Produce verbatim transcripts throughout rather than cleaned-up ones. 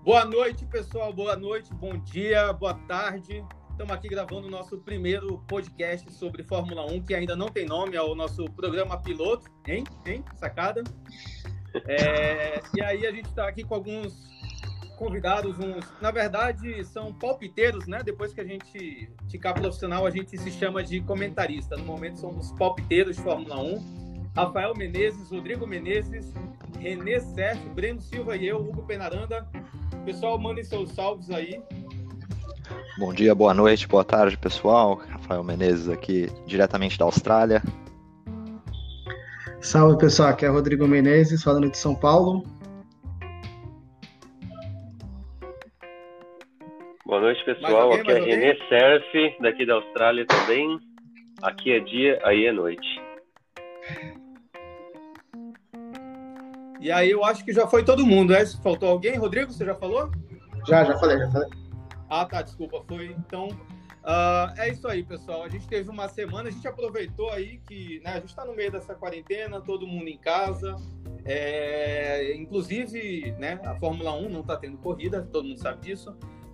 Boa noite, pessoal. Boa noite, bom dia, boa tarde. Estamos aqui gravando o nosso primeiro podcast sobre Fórmula um, que ainda não tem nome, é o nosso programa piloto, hein? Hein? Sacada? É... E aí a gente está aqui com alguns convidados, uns, na verdade, são palpiteiros, né? Depois que a gente ficar profissional, a gente se chama de comentarista. No momento somos palpiteiros de Fórmula um. Rafael Menezes, Rodrigo Menezes, Renê Sérgio, Breno Silva e eu, Hugo Penaranda. Pessoal, mandem seus salves aí. Bom dia, boa noite, boa tarde, pessoal. Rafael Menezes aqui, diretamente da Austrália. Salve, pessoal. Aqui é Rodrigo Menezes, falando de São Paulo. Boa noite, pessoal. Aqui é Renê Sérgio, daqui da Austrália também. Aqui é dia, aí é noite. E aí eu acho que já foi todo mundo, né? Faltou alguém? Rodrigo, você já falou? Já, já falei, já falei. Ah, tá, desculpa, foi. Então, uh, é isso aí, pessoal. A gente teve uma semana, a gente aproveitou aí que, né, a gente está no meio dessa quarentena, todo mundo em casa. É, inclusive, né, a Fórmula um não está tendo corrida, todo mundo sabe disso.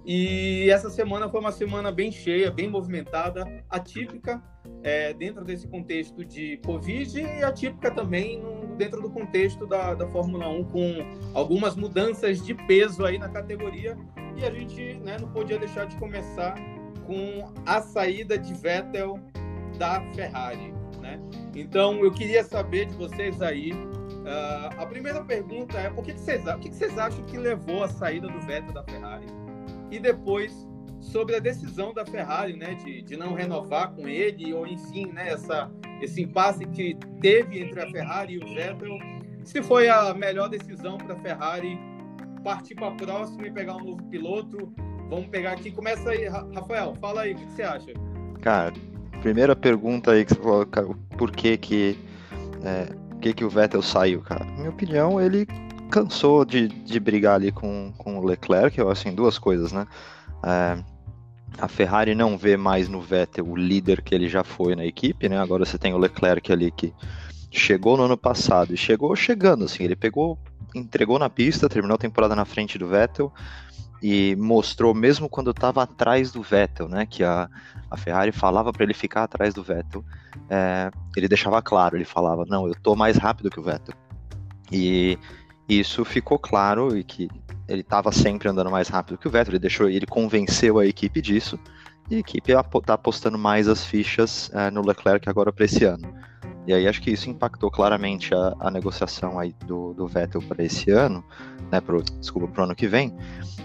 E essa semana foi uma semana bem cheia, bem movimentada, atípica, é, dentro desse contexto de Covid e atípica também no, dentro do contexto da, da Fórmula um, com algumas mudanças de peso aí na categoria. E a gente, né, não podia deixar de começar com a saída de Vettel da Ferrari, né? Então, eu queria saber de vocês aí, uh, a primeira pergunta é, por que, que, vocês, o que, que vocês acham que levou à saída do Vettel da Ferrari? E depois, sobre a decisão da Ferrari, né, de, de não renovar com ele, ou enfim, né, essa, esse impasse que teve entre a Ferrari e o Vettel, se foi a melhor decisão para a Ferrari partir para a próxima e pegar um novo piloto. Vamos pegar aqui, começa aí, Rafael, fala aí, o que, que você acha? Cara, primeira pergunta aí que você falou, cara, por que que, é, por que que o Vettel saiu, cara? Na minha opinião, ele cansou de, de brigar ali com, com o Leclerc, eu assim, duas coisas, né? É, a Ferrari não vê mais no Vettel o líder que ele já foi na equipe, né? Agora você tem o Leclerc ali que chegou no ano passado e chegou chegando, assim, ele pegou, entregou na pista, terminou a temporada na frente do Vettel e mostrou, mesmo quando estava atrás do Vettel, né? Que a, a Ferrari falava para ele ficar atrás do Vettel, é, ele deixava claro, ele falava, não, eu tô mais rápido que o Vettel. E isso ficou claro e que ele estava sempre andando mais rápido que o Vettel, ele deixou, ele convenceu a equipe disso, e a equipe está apostando mais as fichas uh, no Leclerc agora para esse ano. E aí acho que isso impactou claramente a, a negociação aí do, do Vettel para esse ano, né, pro, desculpa, para o ano que vem,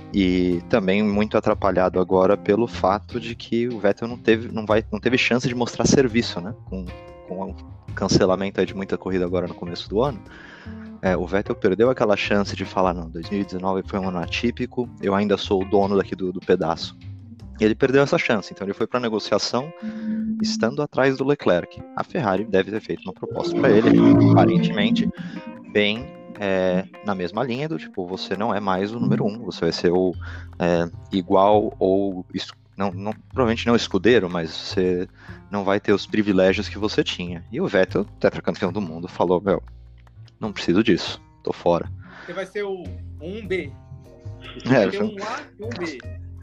e também muito atrapalhado agora pelo fato de que o Vettel não teve, não vai, não teve chance de mostrar serviço, né, com, com o cancelamento aí de muita corrida agora no começo do ano. É, o Vettel perdeu aquela chance de falar, não, dois mil e dezenove foi um ano atípico, eu ainda sou o dono daqui do, do pedaço. E ele perdeu essa chance, então ele foi para a negociação estando atrás do Leclerc. A Ferrari deve ter feito uma proposta para ele, aparentemente, bem é, na mesma linha do tipo, você não é mais o número um, você vai ser o é, igual ou, não, não, provavelmente não escudeiro, mas você não vai ter os privilégios que você tinha. E o Vettel, tetracampeão do mundo, falou, meu, não preciso disso, tô fora. Você vai ser o um B. É, vai ter um A e um B.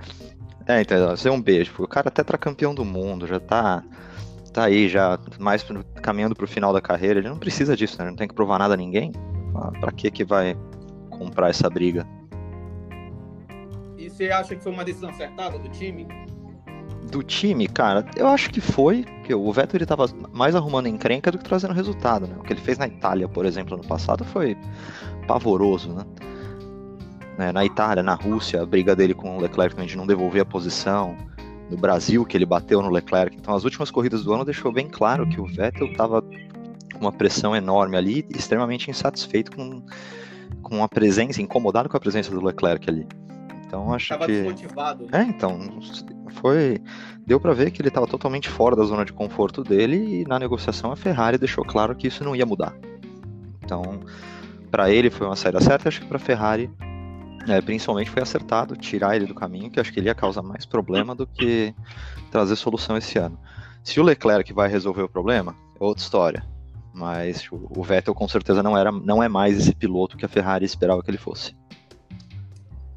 É, então, vai ser um B. Tipo, o cara é tetracampeão do mundo, já tá, tá aí, já mais pro, caminhando pro final da carreira. Ele não precisa disso, né? Ele não tem que provar nada a ninguém. Ah, pra que que vai comprar essa briga? E você acha que foi uma decisão acertada do time? Do time, cara, eu acho que foi, que o Vettel ele tava mais arrumando encrenca do que trazendo resultado, né? O que ele fez na Itália, por exemplo, ano passado foi pavoroso, né? né? Na Itália, na Rússia, a briga dele com o Leclerc, a gente não devolver a posição. No Brasil, que ele bateu no Leclerc. Então, as últimas corridas do ano deixou bem claro que o Vettel tava com uma pressão enorme ali, extremamente insatisfeito com, com a presença, incomodado com a presença do Leclerc ali. Então, acho tava que... desmotivado. É, então, foi... Deu pra ver que ele estava totalmente fora da zona de conforto dele e na negociação a Ferrari deixou claro que isso não ia mudar. Então, para ele foi uma saída certa, acho que para a Ferrari, é, principalmente foi acertado tirar ele do caminho, que acho que ele ia causar mais problema do que trazer solução esse ano. Se o Leclerc vai resolver o problema, é outra história. Mas o Vettel com certeza não, era, não é mais esse piloto que a Ferrari esperava que ele fosse.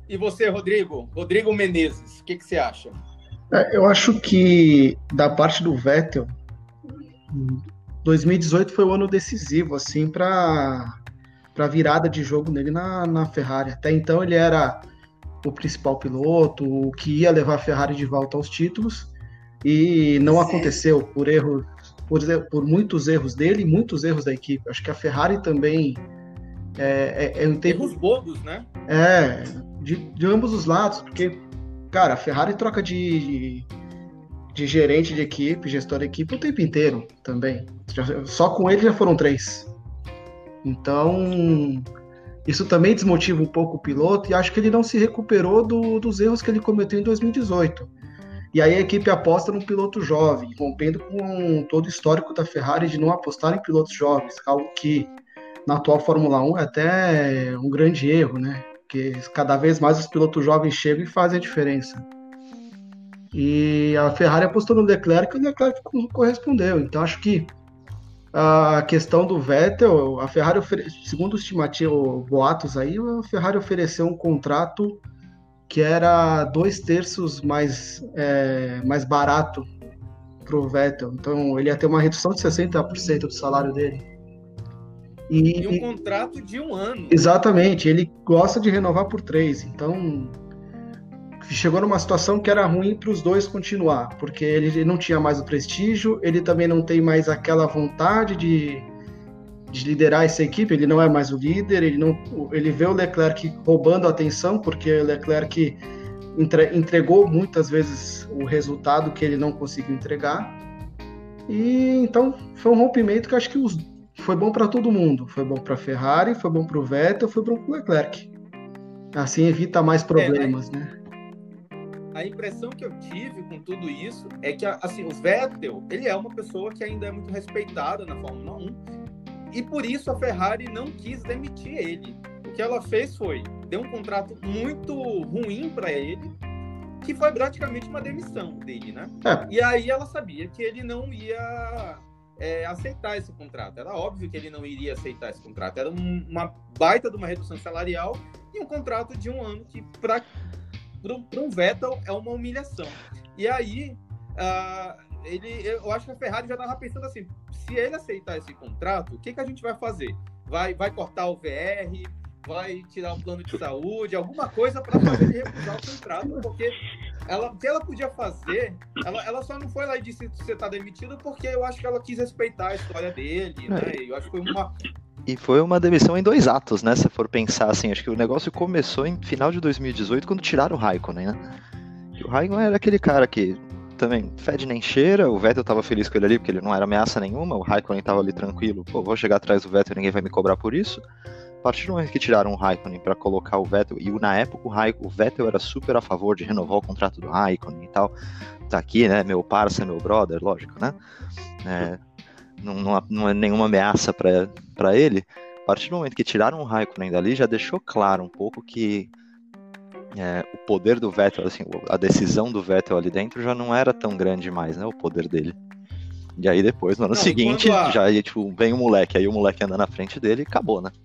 E você, Rodrigo? Rodrigo Menezes, o que, que você acha? É, eu acho que, da parte do Vettel, dois mil e dezoito foi um ano decisivo, assim, para a virada de jogo nele na, na Ferrari. Até então ele era o principal piloto, o que ia levar a Ferrari de volta aos títulos, e não Sim. aconteceu por erro, por, por muitos erros dele e muitos erros da equipe. Acho que a Ferrari também é, é, é um tempo... Erros bobos, né? É, de, de ambos os lados, porque, cara, a Ferrari troca de, de, de gerente de equipe, gestor de equipe o tempo inteiro também. Só com ele já foram três. Então, isso também desmotiva um pouco o piloto, e acho que ele não se recuperou do, dos erros que ele cometeu em dois mil e dezoito. E aí a equipe aposta num piloto jovem, rompendo com todo o histórico da Ferrari de não apostar em pilotos jovens, algo que na atual Fórmula um é até um grande erro, né? Porque cada vez mais os pilotos jovens chegam e fazem a diferença. E a Ferrari apostou no Leclerc e o Leclerc correspondeu. Então acho que a questão do Vettel, a Ferrari, segundo os estimativos, boatos aí, a Ferrari ofereceu um contrato que era dois terços mais, é, mais barato para o Vettel. Então ele ia ter uma redução de sessenta por cento do salário dele. E, e um contrato de um ano. Exatamente, ele gosta de renovar por três. Então chegou numa situação que era ruim para os dois continuar, porque ele não tinha mais o prestígio, ele também não tem mais aquela vontade de, de liderar essa equipe, ele não é mais o líder, ele, não, ele vê o Leclerc roubando a atenção, porque o Leclerc entre, entregou muitas vezes o resultado que ele não conseguiu entregar, e então foi um rompimento que acho que os, foi bom para todo mundo, foi bom para a Ferrari, foi bom para o Vettel, foi bom para o Leclerc. Assim evita mais problemas, é, né? A impressão que eu tive com tudo isso é que, assim, o Vettel, ele é uma pessoa que ainda é muito respeitada na Fórmula um, e por isso a Ferrari não quis demitir ele. O que ela fez foi, deu um contrato muito ruim para ele, que foi praticamente uma demissão dele, né? É. E aí ela sabia que ele não ia é, aceitar esse contrato. Era óbvio que ele não iria aceitar esse contrato. Era um, uma baita de uma redução salarial e um contrato de um ano que, para para um Vettel, é uma humilhação. E aí, uh, ele, eu acho que a Ferrari já estava pensando assim, se ele aceitar esse contrato, o que, que a gente vai fazer? Vai, vai cortar o V R, vai tirar um plano de saúde, alguma coisa para fazer ele recusar o contrato, porque ela, o que ela podia fazer, ela, ela só não foi lá e disse que você está demitido, porque eu acho que ela quis respeitar a história dele, né? Eu acho que foi uma... E foi uma demissão em dois atos, né? Se for pensar assim, acho que o negócio começou em final de dois mil e dezoito, quando tiraram o Raikkonen, né? E o Raikkonen era aquele cara que também fede nem cheira, o Vettel tava feliz com ele ali, porque ele não era ameaça nenhuma, o Raikkonen tava ali tranquilo, pô, vou chegar atrás do Vettel, ninguém vai me cobrar por isso. A partir do momento que tiraram o Raikkonen pra colocar o Vettel, e na época o, Raikkonen, o Vettel era super a favor de renovar o contrato do Raikkonen e tal, tá aqui, né, meu parça, meu brother, lógico, né? É... Não, não, não é nenhuma ameaça para ele. A partir do momento que tiraram o Raikkonen dali, já deixou claro um pouco que é, o poder do Vettel, assim, a decisão do Vettel ali dentro já não era tão grande mais, né, o poder dele. E aí depois, no ano não, seguinte, a... já ia, tipo, vem o moleque, aí o moleque anda na frente dele e acabou, né?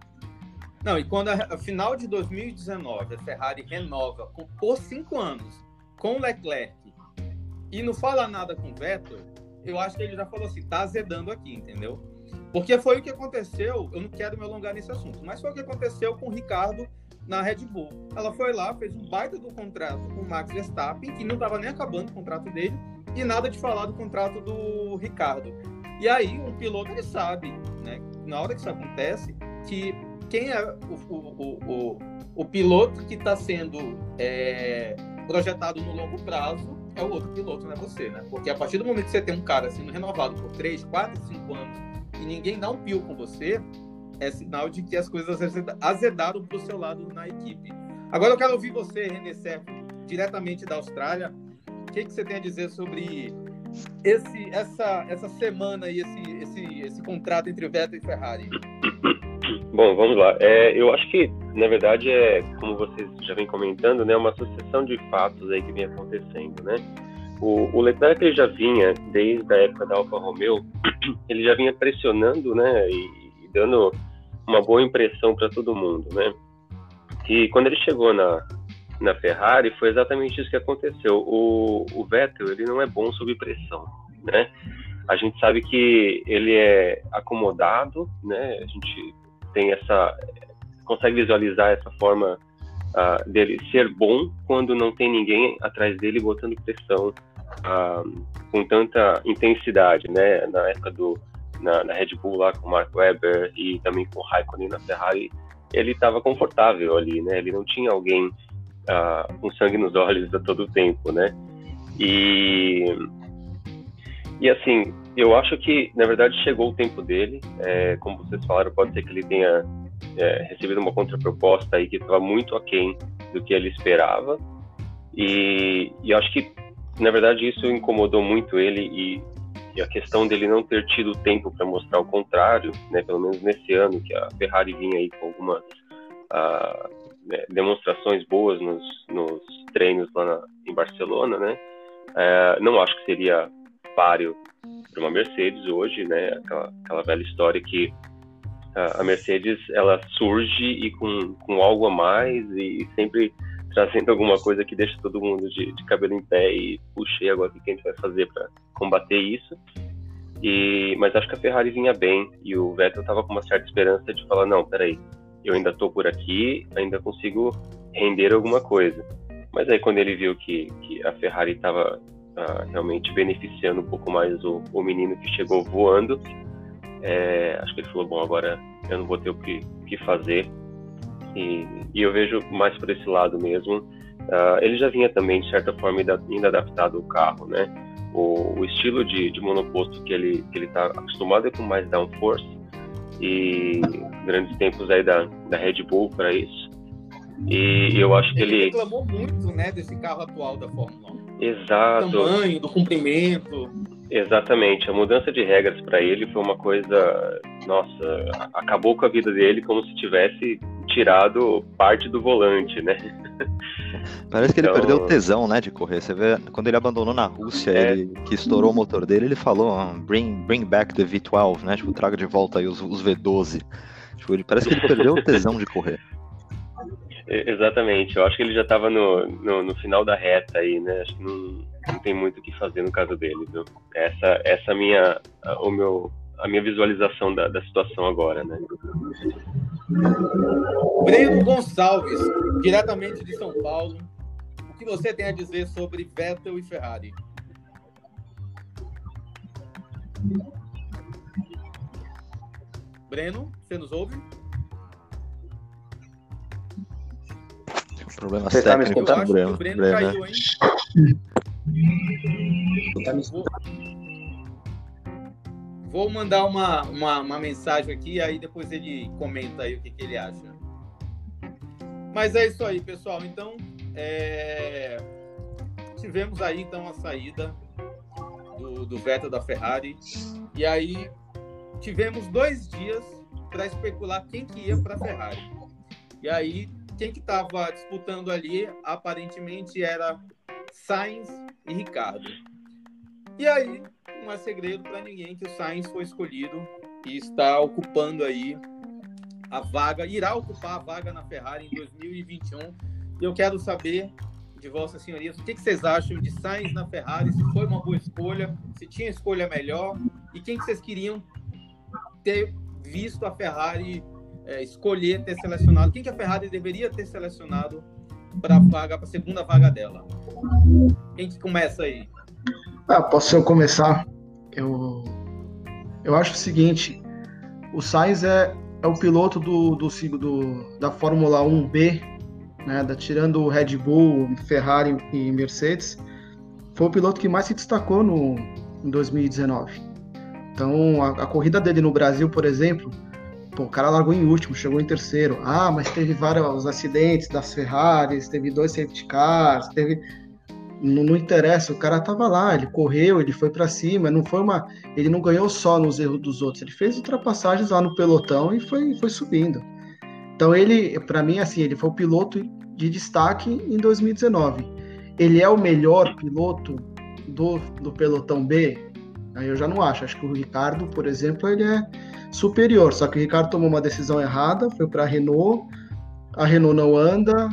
Não, e quando a, a final de dois mil e dezenove a Ferrari renova com, por cinco anos com o Leclerc e não fala nada com o Vettel, eu acho que ele já falou assim, tá azedando aqui, entendeu? Porque foi o que aconteceu, eu não quero me alongar nesse assunto, mas foi o que aconteceu com o Ricardo na Red Bull. Ela foi lá, fez um baita do contrato com o Max Verstappen, que não estava nem acabando o contrato dele, e nada de falar do contrato do Ricardo. E aí, um piloto, ele sabe, né, na hora que isso acontece, que quem é o, o, o, o, o piloto que está sendo é, projetado no longo prazo é o outro piloto, não é você, né? Porque a partir do momento que você tem um cara sendo renovado por três, quatro, cinco anos e ninguém dá um pio com você, é sinal de que as coisas azedaram pro seu lado na equipe. Agora eu quero ouvir você, René Serf, diretamente da Austrália. O que, que você tem a dizer sobre esse, essa, essa semana e esse, esse, esse contrato entre Vettel e Ferrari? Bom, vamos lá. É, eu acho que, na verdade, é, como vocês já vem comentando, né, uma sucessão de fatos aí que vem acontecendo, né? O, o Leclerc, ele já vinha, desde a época da Alfa Romeo, ele já vinha pressionando, né, e, e dando uma boa impressão para todo mundo, né? E quando ele chegou na, na Ferrari, foi exatamente isso que aconteceu. O, o Vettel, ele não é bom sob pressão, né? A gente sabe que ele é acomodado, né? A gente tem essa, consegue visualizar essa forma uh, dele ser bom quando não tem ninguém atrás dele botando pressão uh, com tanta intensidade, né? Na época do na, na Red Bull lá com o Mark Webber e também com o Raikkonen na Ferrari, ele estava confortável ali, né? Ele não tinha alguém uh, com sangue nos olhos a todo tempo, né? E E assim, eu acho que, na verdade, chegou o tempo dele. É, como vocês falaram, pode ser que ele tenha é, recebido uma contraproposta aí que estava muito aquém do que ele esperava. E, e eu acho que, na verdade, isso incomodou muito ele e, e a questão dele não ter tido tempo para mostrar o contrário, né, pelo menos nesse ano, que a Ferrari vinha aí com algumas uh, né, demonstrações boas nos, nos treinos lá na, em Barcelona, né? Uh, não acho que seria páreo para uma Mercedes hoje, né? Aquela, aquela velha história que uh, a Mercedes ela surge e com, com algo a mais e sempre trazendo alguma coisa que deixa todo mundo de, de cabelo em pé e puxei agora o que a gente vai fazer para combater isso. E, mas acho que a Ferrari vinha bem e o Vettel estava com uma certa esperança de falar, não, peraí, eu ainda estou por aqui, ainda consigo render alguma coisa. Mas aí quando ele viu que, que a Ferrari estava Uh, realmente beneficiando um pouco mais o, o menino que chegou voando, é, acho que ele falou, bom, agora eu não vou ter o que, que fazer e, e eu vejo mais por esse lado mesmo. Uh, ele já vinha também de certa forma ainda adaptado ao carro, né? O, o estilo de, de monoposto que ele que ele está acostumado é com mais downforce e grandes tempos aí da, da Red Bull para isso. E eu acho que ele, ele reclamou muito, né, desse carro atual da Fórmula um. Exato. Do tamanho, do comprimento. Exatamente. A mudança de regras para ele foi uma coisa, nossa, acabou com a vida dele como se tivesse tirado parte do volante, né? Parece que então... ele perdeu o tesão, né, de correr. Você vê, quando ele abandonou na Rússia, é... ele que estourou o motor dele, ele falou, bring, bring back the V doze, né? Tipo, traga de volta aí os, os V doze. Tipo, ele, parece que ele perdeu o tesão de correr. Exatamente, eu acho que ele já estava no, no, no final da reta aí, né? Acho que não, não tem muito o que fazer no caso dele, viu? Essa, essa minha, a, o meu, a minha visualização da, da situação agora, né? Breno Gonçalves, diretamente de São Paulo, o que você tem a dizer sobre Vettel e Ferrari? Breno, você nos ouve? Problema Você tá me técnico Eu com acho o Breno. que o Breno Breno, caiu, né? hein? Vou, vou mandar uma, uma, uma mensagem aqui, aí depois ele comenta aí o que, que ele acha. Mas é isso aí, pessoal. Então, é... tivemos aí então a saída do, do Vettel da Ferrari. E aí tivemos dois dias para especular quem que ia para a Ferrari. E aí quem que estava disputando ali, aparentemente, era Sainz e Ricciardo. E aí, não é segredo para ninguém que o Sainz foi escolhido e está ocupando aí a vaga, irá ocupar a vaga na Ferrari em dois mil e vinte e um. E eu quero saber de vossas senhorias, o que, que vocês acham de Sainz na Ferrari, se foi uma boa escolha, se tinha escolha melhor, e quem que vocês queriam ter visto a Ferrari É, escolher ter selecionado, quem que a Ferrari deveria ter selecionado para a vaga, para a segunda vaga dela? Quem que começa aí? Ah, posso eu começar? Eu, eu acho o seguinte, o Sainz é, é o piloto do, do, do, da Fórmula um B, né, da, tirando o Red Bull, Ferrari e Mercedes, foi o piloto que mais se destacou no, em dois mil e dezenove. Então, a, a corrida dele no Brasil, por exemplo, pô, o cara largou em último, chegou em terceiro. Ah, mas teve vários acidentes das Ferraris, teve dois safety cars, teve... Não, não interessa, o cara tava lá, ele correu, ele foi para cima, não foi uma... Ele não ganhou só nos erros dos outros, ele fez ultrapassagens lá no pelotão e foi, foi subindo. Então ele, para mim, assim, ele foi o piloto de destaque em dois mil e dezenove. Ele é o melhor piloto do, do pelotão B? Aí eu já não acho, acho que o Ricciardo, por exemplo, ele é superior, só que o Ricciardo tomou uma decisão errada, foi para a Renault, a Renault não anda,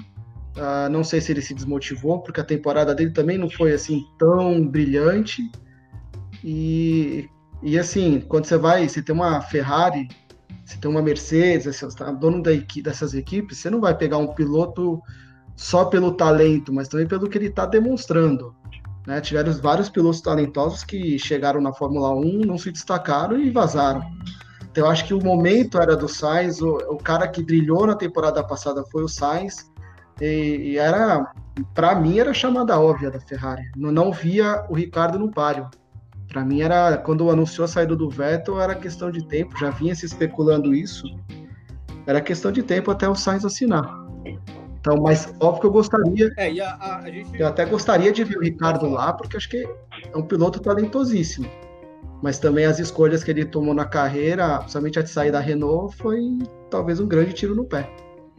Uh, não sei se ele se desmotivou, porque a temporada dele também não foi assim tão brilhante. E, e assim, quando você vai, você tem uma Ferrari, você tem uma Mercedes, você é dono da equi- dessas equipes, você não vai pegar um piloto só pelo talento, mas também pelo que ele está demonstrando. Né? Tiveram vários pilotos talentosos que chegaram na Fórmula um, não se destacaram e vazaram. Então eu acho que o momento era do Sainz, o, o cara que brilhou na temporada passada foi o Sainz, e, e era, para mim, era a chamada óbvia da Ferrari. Não, não via o Ricardo no páreo. Para mim, era quando anunciou a saída do Vettel, era questão de tempo, já vinha se especulando isso, era questão de tempo até o Sainz assinar. Então, mas óbvio que eu gostaria, É, e a, a, a gente... eu até gostaria de ver o Ricardo lá, porque acho que é um piloto talentosíssimo. Mas também as escolhas que ele tomou na carreira, principalmente a de sair da Renault, foi talvez um grande tiro no pé.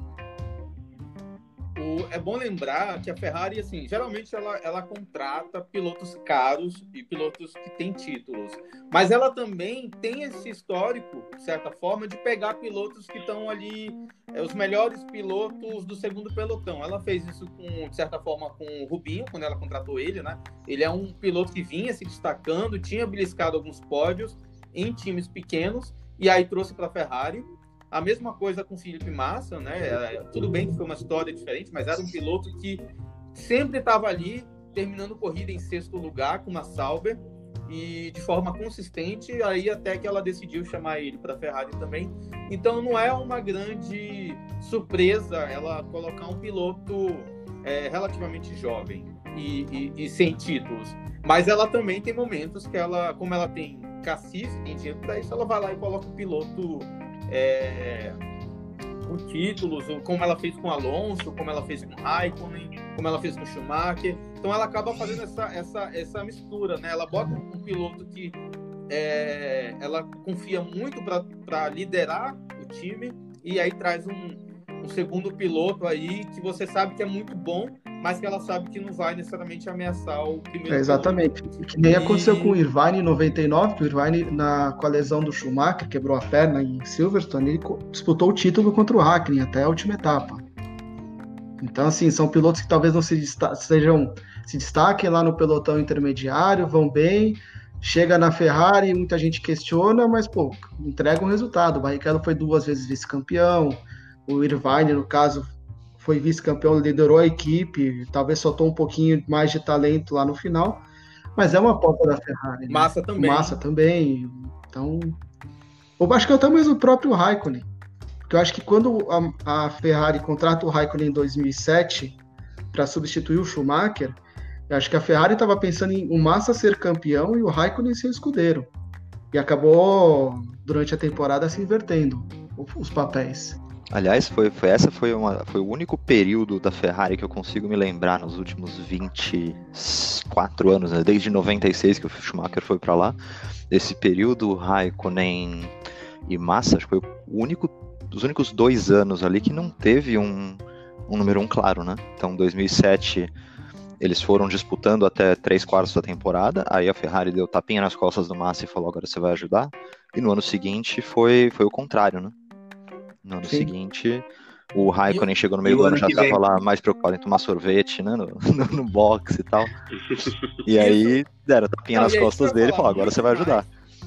O, é bom lembrar que a Ferrari, assim, geralmente ela, ela contrata pilotos caros e pilotos que têm títulos. Mas ela também tem esse histórico, de certa forma, de pegar pilotos que estão ali, é, os melhores pilotos do segundo pelotão. Ela fez isso, com, de certa forma, com o Rubinho, quando ela contratou ele, né? Ele é um piloto que vinha se destacando, tinha beliscado alguns pódios em times pequenos, e aí trouxe para a Ferrari. A mesma coisa com o Felipe Massa, né? Tudo bem que foi uma história diferente, mas era um piloto que sempre estava ali, terminando corrida em sexto lugar com uma Sauber, e de forma consistente, aí até que ela decidiu chamar ele para a Ferrari também. Então não é uma grande surpresa ela colocar um piloto é, relativamente jovem e, e, e sem títulos. Mas ela também tem momentos que ela, como ela tem cacife, tem dinheiro para isso, ela vai lá e coloca um piloto... É, com títulos, como ela fez com o Alonso, como ela fez com o Raikkonen, como ela fez com o Schumacher. Então ela acaba fazendo essa, essa, essa mistura, né? Ela bota um piloto que é, ela confia muito para liderar o time, e aí traz um, um segundo piloto aí que você sabe que é muito bom, mas que ela sabe que não vai necessariamente ameaçar o primeiro. É, exatamente. Piloto. Que nem e... aconteceu com o Irvine em noventa e nove, que o Irvine, na, com a lesão do Schumacher, quebrou a perna em Silverstone, ele disputou o título contra o Hakkinen até a última etapa. Então, assim, são pilotos que talvez não se, desta- sejam, se destaquem lá no pelotão intermediário, vão bem, chega na Ferrari, muita gente questiona, mas, pô, entrega um resultado. O Barrichello foi duas vezes vice-campeão, o Irvine, no caso, foi vice-campeão, liderou a equipe, talvez soltou um pouquinho mais de talento lá no final, mas é uma aposta da Ferrari. Né? Massa também. Massa também. Então, eu acho que até mesmo o próprio Raikkonen, porque eu acho que quando a, a Ferrari contrata o Raikkonen em dois mil e sete para substituir o Schumacher, eu acho que a Ferrari estava pensando em o Massa ser campeão e o Raikkonen ser escudeiro. E acabou, durante a temporada, se invertendo os papéis. Aliás, foi, foi, essa foi, uma, foi o único período da Ferrari que eu consigo me lembrar nos últimos vinte e quatro anos, né? Desde noventa e seis que o Schumacher foi para lá. Esse período, Raikkonen e Massa, acho que foi o único, os únicos dois anos ali que não teve um, um número um claro, né? Então, em dois mil e sete, eles foram disputando até três quartos da temporada, aí a Ferrari deu tapinha nas costas do Massa e falou, agora você vai ajudar. E no ano seguinte foi, foi o contrário, né? No ano Sim. seguinte, o Raikkonen chegou no meio do ano, já estava lá mais preocupado em tomar sorvete, né, no, no, no box e tal. E aí, deram tapinha Não, nas costas dele e falaram, agora você vai ajudar.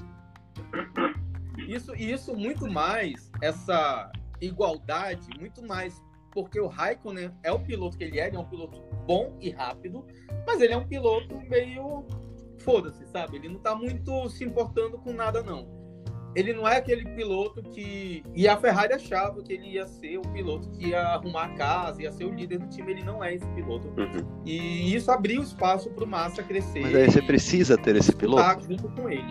Isso, isso muito mais, essa igualdade, muito mais, porque o Raikkonen é o piloto que ele é, ele é um piloto bom e rápido, mas ele é um piloto meio foda-se, sabe? Ele não tá muito se importando com nada, não. Ele não é aquele piloto que... E a Ferrari achava que ele ia ser o piloto que ia arrumar a casa, ia ser o líder do time. Ele não é esse piloto. Uhum. E isso abriu espaço para o Massa crescer. Mas aí você precisa ter esse piloto? Tá junto com ele.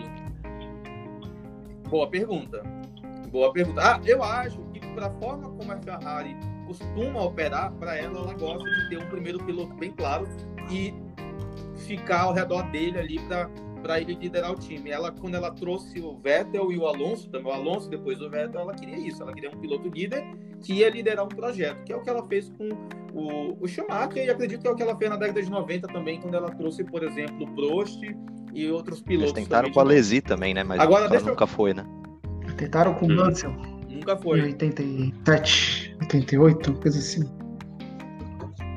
Boa pergunta. Boa pergunta. Ah, eu acho que para a forma como a Ferrari costuma operar, para ela, ela gosta de ter um primeiro piloto bem claro e ficar ao redor dele ali para... para ele liderar o time. Ela, quando ela trouxe o Vettel e o Alonso, também o Alonso depois do Vettel, ela queria isso, ela queria um piloto líder que ia liderar um projeto, que é o que ela fez com o, o Schumacher, e acredito que é o que ela fez na década de noventa também, quando ela trouxe, por exemplo, o Prost e outros pilotos. Eles tentaram com a Alesi também, né? Mas Agora, ela nunca eu... foi, né? Tentaram com o Mansell. Nunca foi. Em oitenta e sete, oitenta e oito, coisa assim.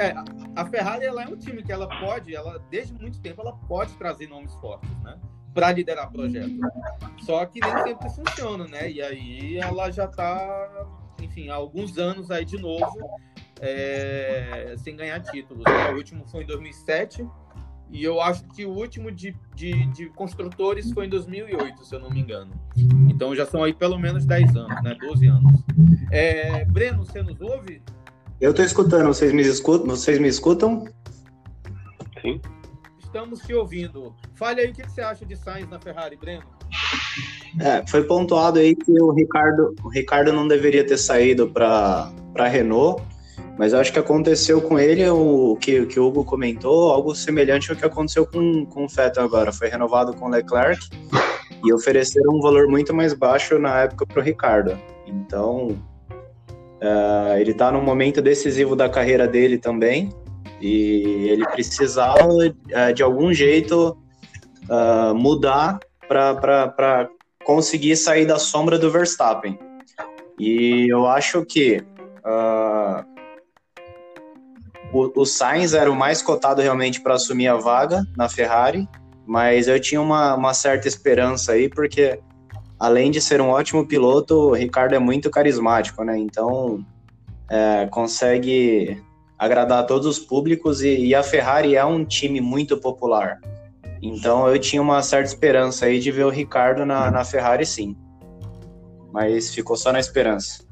É, a Ferrari ela é um time que ela pode, ela desde muito tempo ela pode trazer nomes fortes, né, para liderar projeto. Só que nem sempre funciona, né? E aí ela já está, enfim, há alguns anos aí de novo é, sem ganhar títulos. Né? O último foi em dois mil e sete e eu acho que o último de, de, de construtores foi em dois mil e oito, se eu não me engano. Então já são aí pelo menos dez anos, né? doze anos. É, Breno, você nos ouve? Eu estou escutando, vocês me escutam? Vocês me escutam? Sim. Estamos te ouvindo. Fale aí o que você acha de Sainz na Ferrari, Breno. É, foi pontuado aí que o Ricardo, o Ricardo não deveria ter saído para a Renault, mas eu acho que aconteceu com ele o que, que o Hugo comentou, algo semelhante ao que aconteceu com, com o Vettel agora. Foi renovado com o Leclerc e ofereceram um valor muito mais baixo na época para o Ricardo. Então, uh, ele está num momento decisivo da carreira dele também e ele precisava, uh, de algum jeito, uh, mudar para conseguir sair da sombra do Verstappen. E eu acho que uh, o, o Sainz era o mais cotado realmente para assumir a vaga na Ferrari, mas eu tinha uma, uma certa esperança aí, porque além de ser um ótimo piloto, o Ricardo é muito carismático, né? Então é, consegue agradar a todos os públicos e, e a Ferrari é um time muito popular. Então eu tinha uma certa esperança aí de ver o Ricardo na, na Ferrari, sim. Mas ficou só na esperança.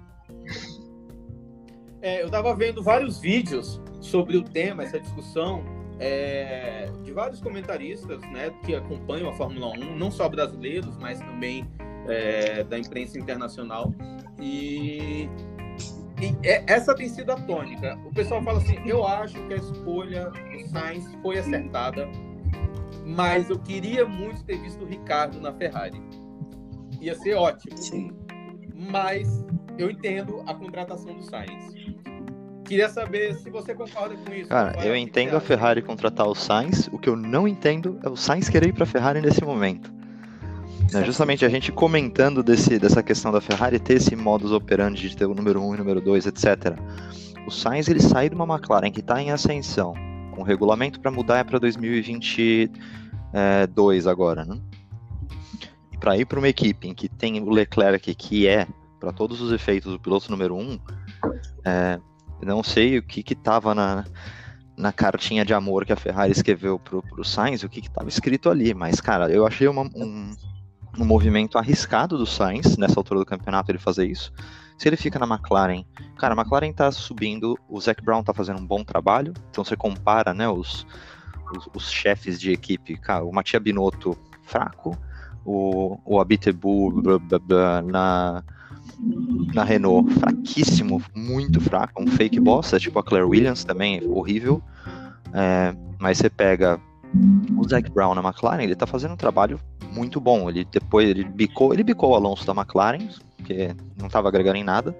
É, eu estava vendo vários vídeos sobre o tema, essa discussão, é, de vários comentaristas, né, que acompanham a Fórmula um, não só brasileiros, mas também é, da imprensa internacional. E, e essa tem sido a tônica. O pessoal fala assim, eu acho que a escolha do Sainz foi acertada, mas eu queria muito ter visto o Ricardo na Ferrari. Ia ser ótimo. Sim. Mas eu entendo a contratação do Sainz. Queria saber se você concorda com isso. Cara, eu entendo a Ferrari contratar o Sainz. O que eu não entendo é o Sainz querer ir para a Ferrari nesse momento. Né, justamente a gente comentando desse, dessa questão da Ferrari ter esse modus operandi de ter o número um e o número dois, etcétera. O Sainz, ele sai de uma McLaren que está em ascensão, com regulamento para mudar é para dois mil e vinte e dois agora, né? E para ir para uma equipe em que tem o Leclerc, que é, para todos os efeitos, o piloto número um, é, não sei o que estava na, na cartinha de amor que a Ferrari escreveu pro, pro Sainz, o que estava escrito ali, mas, cara, eu achei uma, um, um movimento arriscado do Sainz, nessa altura do campeonato, ele fazer isso. Se ele fica na McLaren, cara, a McLaren tá subindo, o Zac Brown tá fazendo um bom trabalho, então você compara, né, os, os, os chefes de equipe, cara, o Mattia Binotto fraco, o, o Abiteboul na, na Renault fraquíssimo, muito fraco, um fake boss, é tipo a Claire Williams também, horrível, é, mas você pega o Zac Brown na McLaren, ele tá fazendo um trabalho muito bom, ele depois ele bicou, ele bicou o Alonso da McLaren, porque não estava agregando em nada,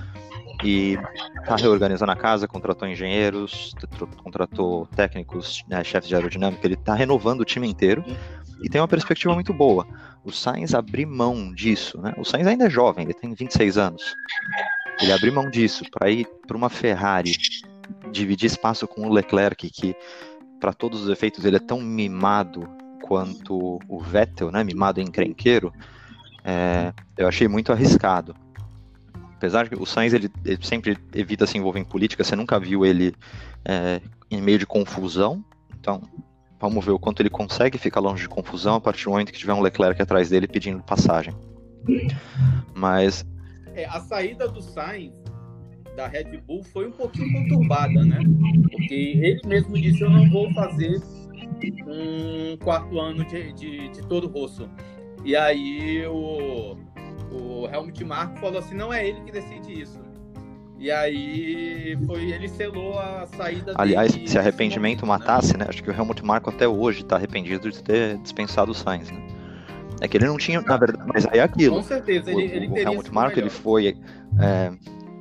e está reorganizando a casa, contratou engenheiros, contratou técnicos, né, chefes de aerodinâmica, ele está renovando o time inteiro e tem uma perspectiva muito boa. O Sainz abrir mão disso, né? O Sainz ainda é jovem, ele tem vinte e seis anos, ele abrir mão disso para ir para uma Ferrari, dividir espaço com o Leclerc, que para todos os efeitos ele é tão mimado quanto o Vettel, né, mimado e encrenqueiro. É, eu achei muito arriscado. Apesar de que o Sainz ele, ele sempre evita se envolver em política, você nunca viu ele é, em meio de confusão. Então, vamos ver o quanto ele consegue ficar longe de confusão a partir do momento que tiver um Leclerc atrás dele pedindo passagem. Mas é, a saída do Sainz da Red Bull foi um pouquinho conturbada, né? Porque ele mesmo disse, eu não vou fazer um quarto ano de, de, de Toro Rosso. E aí o, o Helmut Marko falou assim, não é ele que decide isso. E aí foi, ele selou a saída dele. Aliás, se arrependimento momento, matasse, né? né? Acho que o Helmut Marko até hoje está arrependido de ter dispensado o Sainz, né? É que ele não tinha, na verdade, mas aí é aquilo. Com certeza, ele, o, ele o teria Helmut Marko, ele foi é,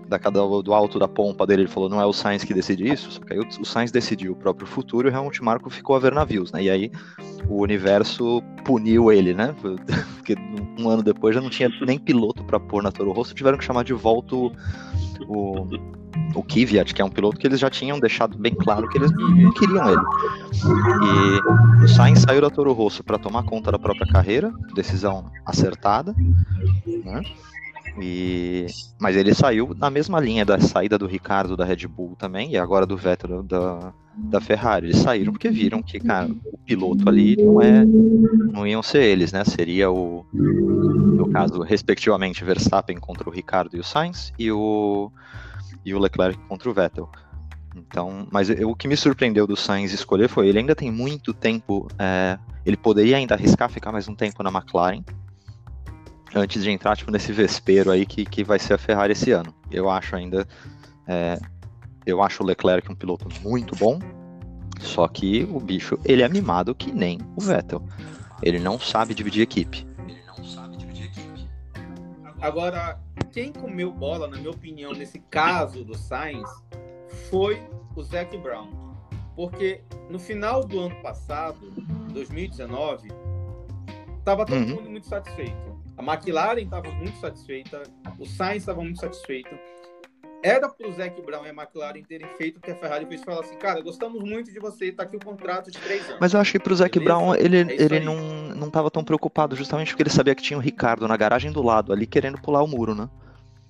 da, do, do alto da pompa dele, ele falou, não é o Sainz que decide isso, só que aí o, o Sainz decidiu o próprio futuro e o Helmut Marko ficou a ver navios, né? E aí o universo puniu ele, né? Porque um ano depois já não tinha nem piloto para pôr na Toro Rosso, tiveram que chamar de volta o, o, o Kvyat, que é um piloto que eles já tinham deixado bem claro que eles não queriam ele. E o Sainz saiu da Toro Rosso para tomar conta da própria carreira, decisão acertada, né? E... mas ele saiu na mesma linha da saída do Ricardo da Red Bull também, e agora do Vettel da, da Ferrari. Eles saíram porque viram que, cara, o piloto ali não é, não iam ser eles, né? Seria o, no caso, respectivamente, Verstappen contra o Ricardo e o Sainz, e o, e o Leclerc contra o Vettel. Então, mas eu, o que me surpreendeu do Sainz escolher foi, ele ainda tem muito tempo, é, ele poderia ainda arriscar ficar mais um tempo na McLaren, antes de entrar tipo, nesse vespeiro aí que, que vai ser a Ferrari esse ano. Eu acho ainda é, eu acho o Leclerc um piloto muito bom, só que o bicho, ele é mimado que nem o Vettel. Ele não sabe dividir equipe. Ele não sabe dividir equipe. Agora, quem comeu bola, na minha opinião, nesse caso do Sainz, foi o Zac Brown. Porque no final do ano passado, dois mil e dezenove, estava todo Uhum. mundo muito satisfeito. A McLaren estava muito satisfeita, o Sainz estava muito satisfeito. Era para o Zac Brown e a McLaren terem feito o que a Ferrari fez, falar assim, cara, gostamos muito de você, tá aqui o contrato de três anos. Mas eu acho que pro Zac Beleza? Brown, ele, É isso ele aí. não, não tava tão preocupado, justamente porque ele sabia que tinha o Ricardo na garagem do lado, ali querendo pular o muro, né?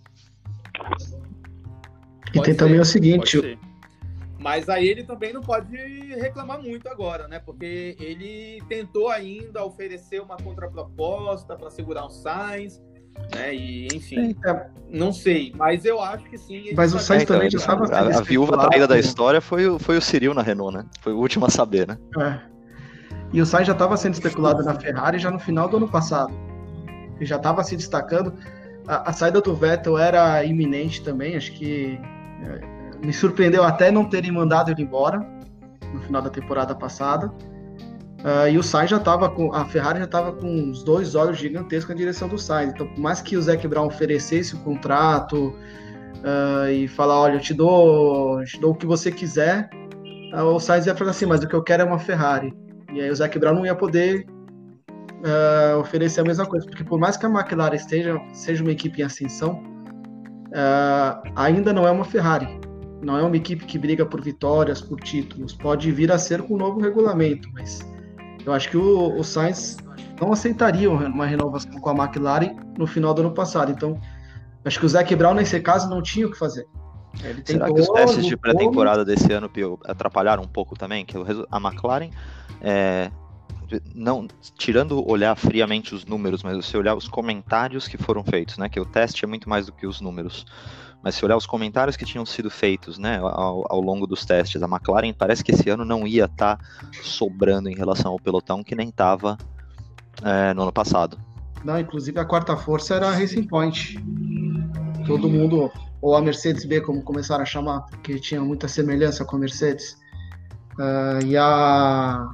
E Pode tem ser, também o pode seguinte, ser. Mas aí ele também não pode reclamar muito agora, né? Porque ele tentou ainda oferecer uma contraproposta para segurar o Sainz, né? E, enfim, é, não sei. Mas eu acho que sim. ele Mas o sabia- Sainz É, então, também ele- já estava a, sendo a viúva especulado. traída da história foi o, foi o Cyril na Renault, né? Foi o último a saber, né? É. E o Sainz já estava sendo especulado na Ferrari já no final do ano passado. Ele já estava se destacando. A, a saída do Vettel era iminente também. Acho que é, me surpreendeu até não terem mandado ele embora no final da temporada passada. Uh, e o Sainz já estava com. A Ferrari já estava com os dois olhos gigantescos na direção do Sainz. Então, por mais que o Zac Brown oferecesse o contrato uh, e falar, olha, eu te dou, eu te dou o que você quiser, uh, o Sainz ia falar assim, mas o que eu quero é uma Ferrari. E aí o Zac Brown não ia poder uh, oferecer a mesma coisa, porque por mais que a McLaren esteja, seja uma equipe em ascensão, uh, ainda não é uma Ferrari. Não é uma equipe que briga por vitórias, por títulos. Pode vir a ser com o novo regulamento, mas eu acho que o, o Sainz não aceitaria uma renovação com a McLaren no final do ano passado. Então, acho que o Zac Brown, nesse caso, não tinha o que fazer. Ele Será tentou, que os testes de lutou, pré-temporada desse ano, Pio, atrapalharam um pouco também? Que o resu- a McLaren, é, não, tirando olhar friamente os números, mas você olhar os comentários que foram feitos, né? Que o teste é muito mais do que os números. Mas se olhar os comentários que tinham sido feitos, né, ao, ao longo dos testes, a McLaren parece que esse ano não ia estar tá sobrando em relação ao pelotão que nem estava é, no ano passado. Não, inclusive a quarta força era a Racing Point. Todo mundo, ou a Mercedes B, como começaram a chamar, porque tinha muita semelhança com a Mercedes. Uh, e a,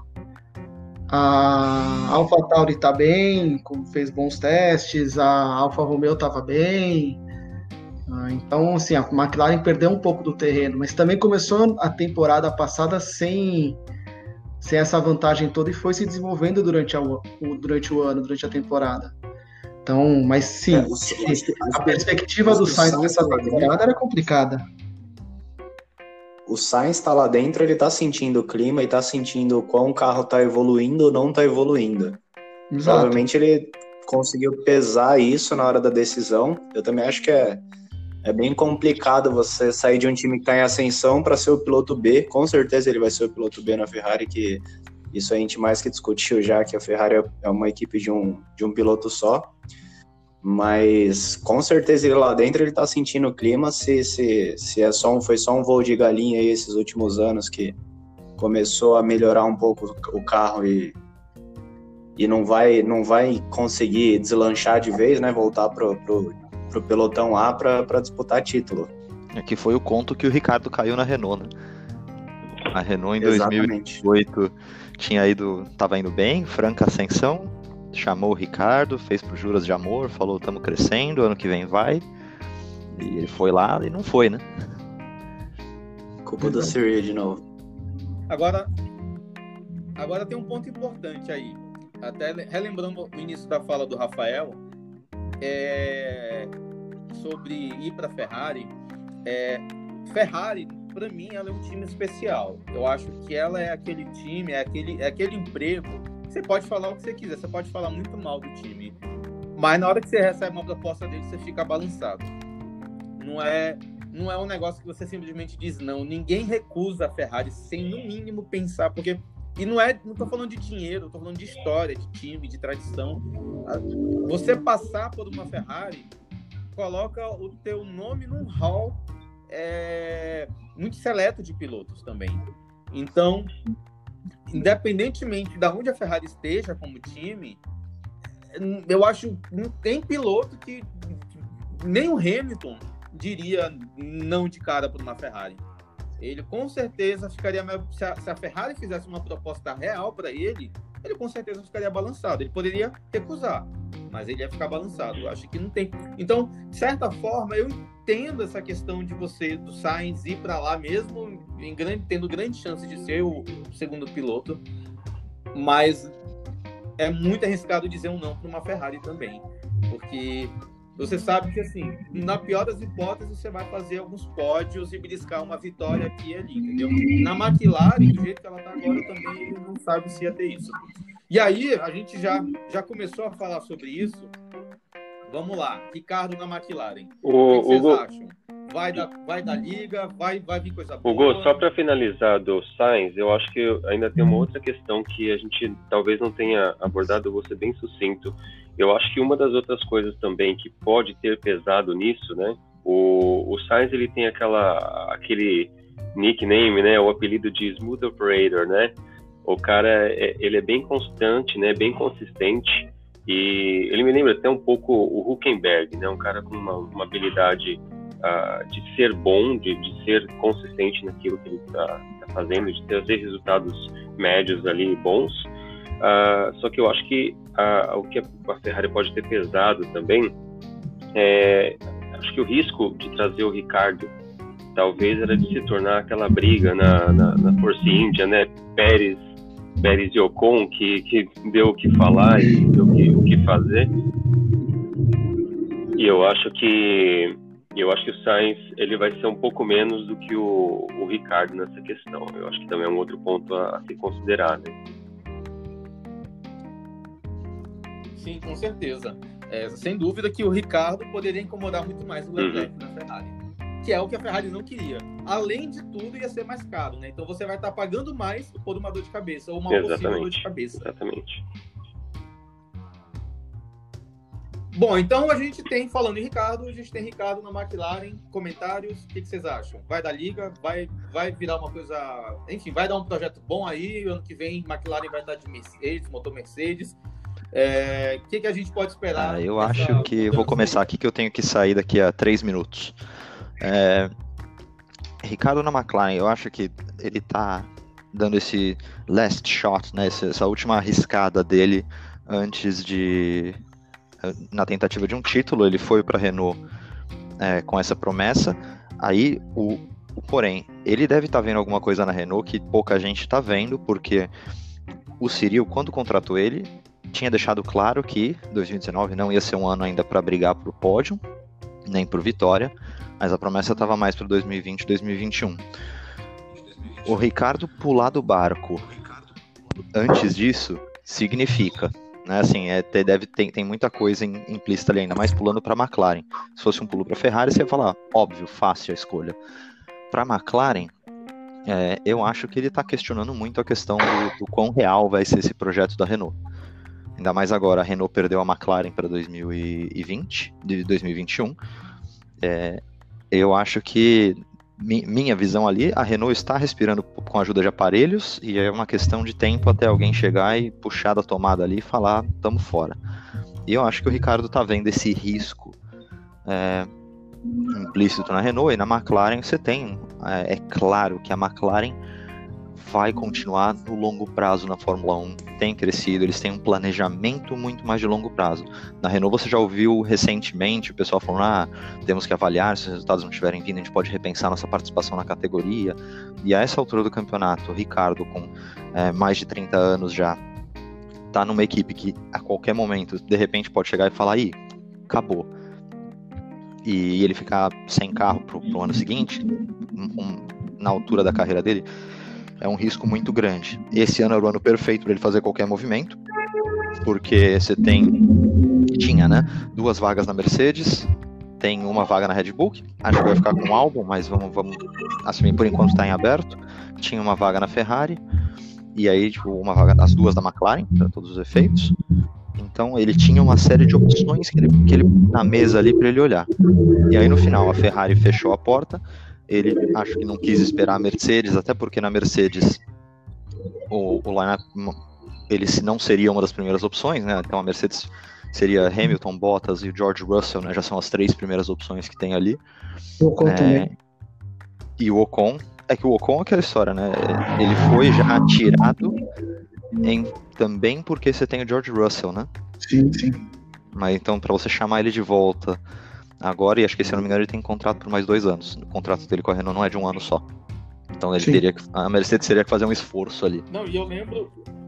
a AlphaTauri tá bem, fez bons testes, a Alfa Romeo estava bem. Uh, então, assim, a McLaren perdeu um pouco do terreno, mas também começou a temporada passada sem, sem essa vantagem toda e foi se desenvolvendo durante, a, o, durante o ano, durante a temporada. Então, mas sim, É, acho que- acho a que- perspectiva acho do que o Sainz Sainz nessa tá lá temporada era complicada. O Sainz está lá dentro, ele está sentindo o clima e está sentindo o quão o carro está evoluindo ou não está evoluindo. Exato. Provavelmente ele conseguiu pesar isso na hora da decisão. Eu também acho que é, é bem complicado você sair de um time que está em ascensão para ser o piloto B. Com certeza ele vai ser o piloto B na Ferrari, que isso a gente mais que discutiu já, que a Ferrari é uma equipe de um, de um piloto só. Mas com certeza ele lá dentro ele tá sentindo o clima. Se, se, se é só um, foi só um voo de galinha aí esses últimos anos que começou a melhorar um pouco o carro e, e não, vai, não vai conseguir deslanchar de vez, né? Voltar pro, pro, pro pelotão A para disputar título. É que foi o conto que o Ricardo caiu na Renault, né? A Renault em dois mil e dezoito tinha ido, tava indo bem, franca ascensão, chamou o Ricardo, fez pro Juras de Amor, falou, estamos crescendo, ano que vem vai. E ele foi lá e não foi, né? Culpa do Siri de novo. Agora, agora tem um ponto importante aí. Até relembrando o início da fala do Rafael, é, sobre ir para a Ferrari. É, Ferrari, para mim, ela é um time especial. Eu acho que ela é aquele time, é aquele, é aquele emprego. Você pode falar o que você quiser, você pode falar muito mal do time, mas na hora que você recebe uma proposta dele, você fica balançado. Não é, não é um negócio que você simplesmente diz não. Ninguém recusa a Ferrari sem, no mínimo, pensar, porque... E não é, não tô falando de dinheiro, tô falando de história, de time, de tradição. Você passar por uma Ferrari coloca o teu nome num hall é, muito seleto de pilotos também. Então, independentemente de onde a Ferrari esteja como time, eu acho que não tem piloto que nem o Hamilton diria não de cara por uma Ferrari. Ele com certeza ficaria, se a, se a Ferrari fizesse uma proposta real para ele, ele com certeza ficaria balançado. Ele poderia recusar, mas ele ia ficar balançado. Eu acho que não tem. Então, de certa forma, eu entendo essa questão de você, do Sainz, ir para lá mesmo, em grande, tendo grande chance de ser o segundo piloto, mas é muito arriscado dizer um não para uma Ferrari também, porque você sabe que, assim, na pior das hipóteses, você vai fazer alguns pódios e beliscar uma vitória aqui e ali, entendeu? Na McLaren, do jeito que ela tá agora, também ele não sabe se ia ter isso. E aí, a gente já, já começou a falar sobre isso. Vamos lá, Ricardo na McLaren. O, o que vocês Hugo... acham? Vai da, vai da liga? Vai, vai vir coisa boa? Hugo, só para finalizar do Sainz, eu acho que ainda tem uma outra questão que a gente talvez não tenha abordado, eu vou ser bem sucinto. Eu acho que uma das outras coisas também que pode ter pesado nisso, né? O, o Sainz, ele tem aquela, aquele nickname, né? O apelido de Smooth Operator, né? O cara, ele é bem constante, né? Bem consistente. E ele me lembra até um pouco o Hülkenberg, né? Um cara com uma, uma habilidade uh, de ser bom, de, de ser consistente naquilo que ele está tá fazendo, de trazer resultados médios ali bons. Uh, só que eu acho que uh, o que a Ferrari pode ter pesado também é, acho que o risco de trazer o Ricardo talvez era de se tornar aquela briga na, na, na Force India, né? Pérez, Pérez e Ocon, que, que deu o que falar e deu o que, o que fazer. E eu acho que eu acho que o Sainz, ele vai ser um pouco menos do que o, o Ricardo nessa questão. Eu acho que também é um outro ponto a, a se considerar, né? Sim, com certeza. É, sem dúvida que o Ricardo poderia incomodar muito mais o Leclerc uhum. na Ferrari, que é o que a Ferrari não queria. Além de tudo, ia ser mais caro, né? Então você vai estar pagando mais por uma dor de cabeça, ou uma Exatamente. possível dor de cabeça. Exatamente. Bom, então a gente tem, falando em Ricardo, a gente tem Ricardo na McLaren. Comentários, o que, que vocês acham? Vai da liga? Vai, vai virar uma coisa... Enfim, vai dar um projeto bom aí. Ano que vem, McLaren vai estar de Mercedes, motor Mercedes. O é, que, que a gente pode esperar? Ah, eu acho que... Vou começar aqui, que eu tenho que sair daqui a três minutos. É, Ricardo na McLaren, eu acho que ele tá dando esse last shot, né? Essa, essa última arriscada dele antes de... Na tentativa de um título, ele foi para a Renault é, com essa promessa. Aí, o, o porém, ele deve estar tá vendo alguma coisa na Renault que pouca gente está vendo, porque o Cyril, quando contratou ele, tinha deixado claro que dois mil e dezenove não ia ser um ano ainda para brigar para o pódio, nem por vitória, mas a promessa estava mais para dois mil e vinte, dois mil e vinte e um. O Ricardo pular do barco antes disso significa... Né, assim, é, deve, tem, tem muita coisa implícita ali, ainda mais pulando para a McLaren. Se fosse um pulo para a Ferrari, você ia falar, óbvio, fácil a escolha. Para a McLaren, é, eu acho que ele está questionando muito a questão do, do quão real vai ser esse projeto da Renault. Ainda mais agora, a Renault perdeu a McLaren para dois mil e vinte, de dois mil e vinte e um. É, eu acho que minha visão ali, a Renault está respirando com a ajuda de aparelhos e é uma questão de tempo até alguém chegar e puxar da tomada ali e falar, tamo fora. E eu acho que o Ricardo tá vendo esse risco é, implícito na Renault, e na McLaren você tem, é, é claro que a McLaren vai continuar no longo prazo na Fórmula um, tem crescido, eles têm um planejamento muito mais de longo prazo. Na Renault você já ouviu recentemente o pessoal falando, ah, temos que avaliar, se os resultados não estiverem vindo, a gente pode repensar nossa participação na categoria. E a essa altura do campeonato, o Ricciardo, com é, mais de trinta anos já, tá numa equipe que a qualquer momento, de repente, pode chegar e falar, ih, acabou. E ele ficar sem carro pro, pro ano seguinte, um, um, na altura da carreira dele, é um risco muito grande. Esse ano era o ano perfeito para ele fazer qualquer movimento, porque você tem, tinha, né, duas vagas na Mercedes, tem uma vaga na Red Bull, que acho que vai ficar com o Albon, mas vamos, vamos assumir por enquanto está em aberto. Tinha uma vaga na Ferrari, e aí tipo, uma vaga, as duas da McLaren, para todos os efeitos. Então ele tinha uma série de opções que ele, que ele na mesa ali para ele olhar. E aí no final a Ferrari fechou a porta. Ele acho que não quis esperar a Mercedes, até porque na Mercedes o, o line-up ele não seria uma das primeiras opções, né? Então a Mercedes seria Hamilton, Bottas e o George Russell, né? Já são as três primeiras opçes que tem ali. O Ocon é, também. E o Ocon, é que o Ocon é aquela história, né? Ele foi já tirado em, também porque você tem o George Russell, né? Sim, sim. Mas então, para você chamar ele de volta agora, e acho que se eu não me engano ele tem contrato por mais dois anos. O contrato dele com a Renault não é de um ano só. Então ele teria que, a Mercedes teria que fazer um esforço ali. Não, e eu lembro...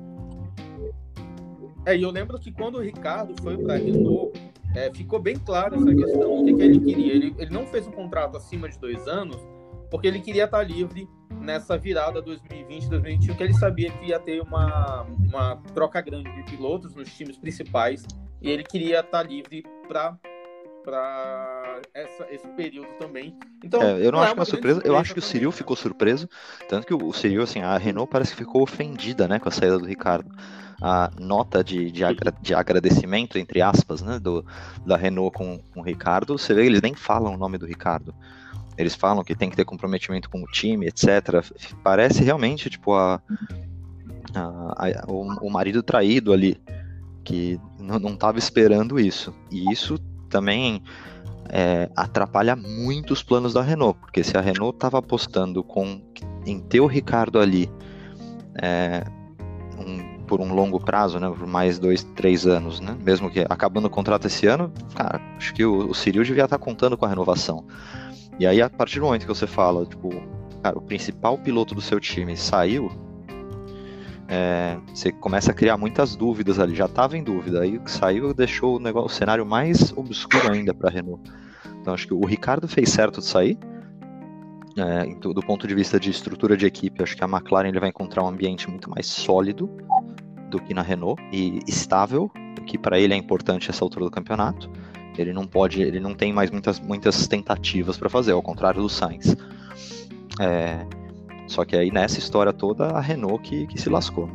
É, e eu lembro que quando o Ricciardo foi para a Renault, é, ficou bem claro essa questão. O que, que ele queria? Ele, ele não fez um contrato acima de dois anos, porque ele queria estar livre nessa virada dois mil e vinte, dois mil e vinte e um, que ele sabia que ia ter uma, uma troca grande de pilotos nos times principais, e ele queria estar livre para para esse período também. Então, é, eu não, não acho é uma, uma surpresa, surpresa, eu acho que o Cyril ficou surpreso, tanto que o Cyril, assim, a Renault parece que ficou ofendida, né, com a saída do Ricciardo. A nota de, de, agra, de agradecimento, entre aspas, né, do, da Renault com, com o Ricciardo, você vê que eles nem falam o nome do Ricciardo. Eles falam que tem que ter comprometimento com o time, etcétera. Parece realmente, tipo, a, a, a, o, o marido traído ali, que não estava esperando isso. E isso também é, atrapalha muito os planos da Renault, porque se a Renault estava apostando com, em ter o Ricciardo ali é, um, por um longo prazo, né, por mais dois, três anos, né, mesmo que acabando o contrato esse ano, cara, acho que o, o Cyril devia estar contando com a renovação. E aí, a partir do momento que você fala, tipo, cara, o principal piloto do seu time saiu, é, você começa a criar muitas dúvidas ali. Já estava em dúvida, aí o que saiu deixou o, negócio, o cenário mais obscuro ainda para a Renault. Então, acho que o Ricciardo fez certo de sair. É, do, do ponto de vista de estrutura de equipe, acho que a McLaren ele vai encontrar um ambiente muito mais sólido do que na Renault e estável, que para ele é importante essa altura do campeonato. Ele não pode, ele não tem mais muitas, muitas tentativas para fazer, ao contrário do Sainz. É, só que aí nessa história toda a Renault que, que se lascou.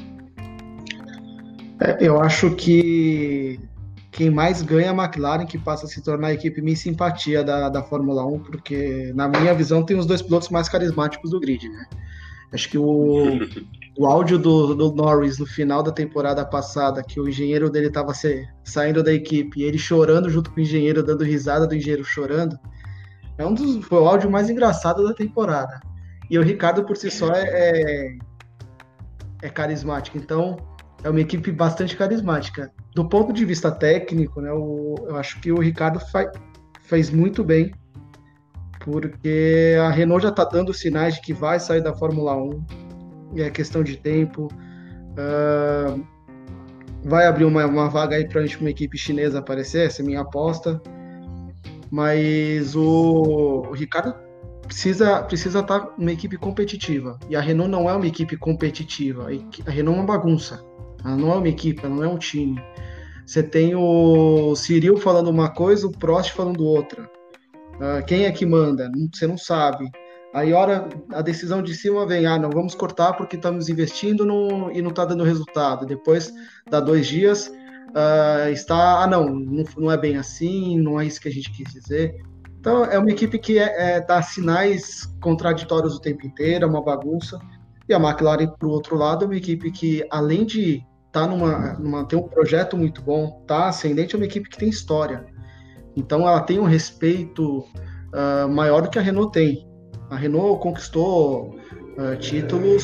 É, eu acho que quem mais ganha é a McLaren, que passa a se tornar a equipe minha simpatia da, da Fórmula um, porque na minha visão tem os dois pilotos mais carismáticos do grid, né? Acho que o, o áudio do, do Norris no final da temporada passada, que o engenheiro dele estava saindo da equipe, e ele chorando junto com o engenheiro, dando risada do engenheiro chorando, é um dos, foi o áudio mais engraçado da temporada. E o Ricciardo por si só é, é, é carismático, então é uma equipe bastante carismática. Do ponto de vista técnico, né, o, eu acho que o Ricciardo fa, fez muito bem, porque a Renault já está dando sinais de que vai sair da Fórmula um, e é questão de tempo. Uh, vai abrir uma, uma vaga aí para uma equipe chinesa aparecer, essa é a minha aposta. Mas o, o Ricciardo precisa precisa estar numa equipe competitiva, e a Renault não é uma equipe competitiva. A Renault é uma bagunça, ela não é uma equipe, ela não é um time. Você tem o Cyril falando uma coisa, o Prost falando outra. Uh, quem é que manda? Você não sabe. Aí hora a decisão de cima vem, ah, não, vamos cortar porque estamos investindo no, e não está dando resultado. Depois dá dois dias, uh, está, ah não, não, não é bem assim, não é isso que a gente quis dizer. Então é uma equipe que é, é, dá sinais contraditórios o tempo inteiro, é uma bagunça. E a McLaren, por outro lado, é uma equipe que, além de estar tá numa, numa, ter um projeto muito bom, tá ascendente, é uma equipe que tem história. Então ela tem um respeito uh, maior do que a Renault tem. A Renault conquistou uh, títulos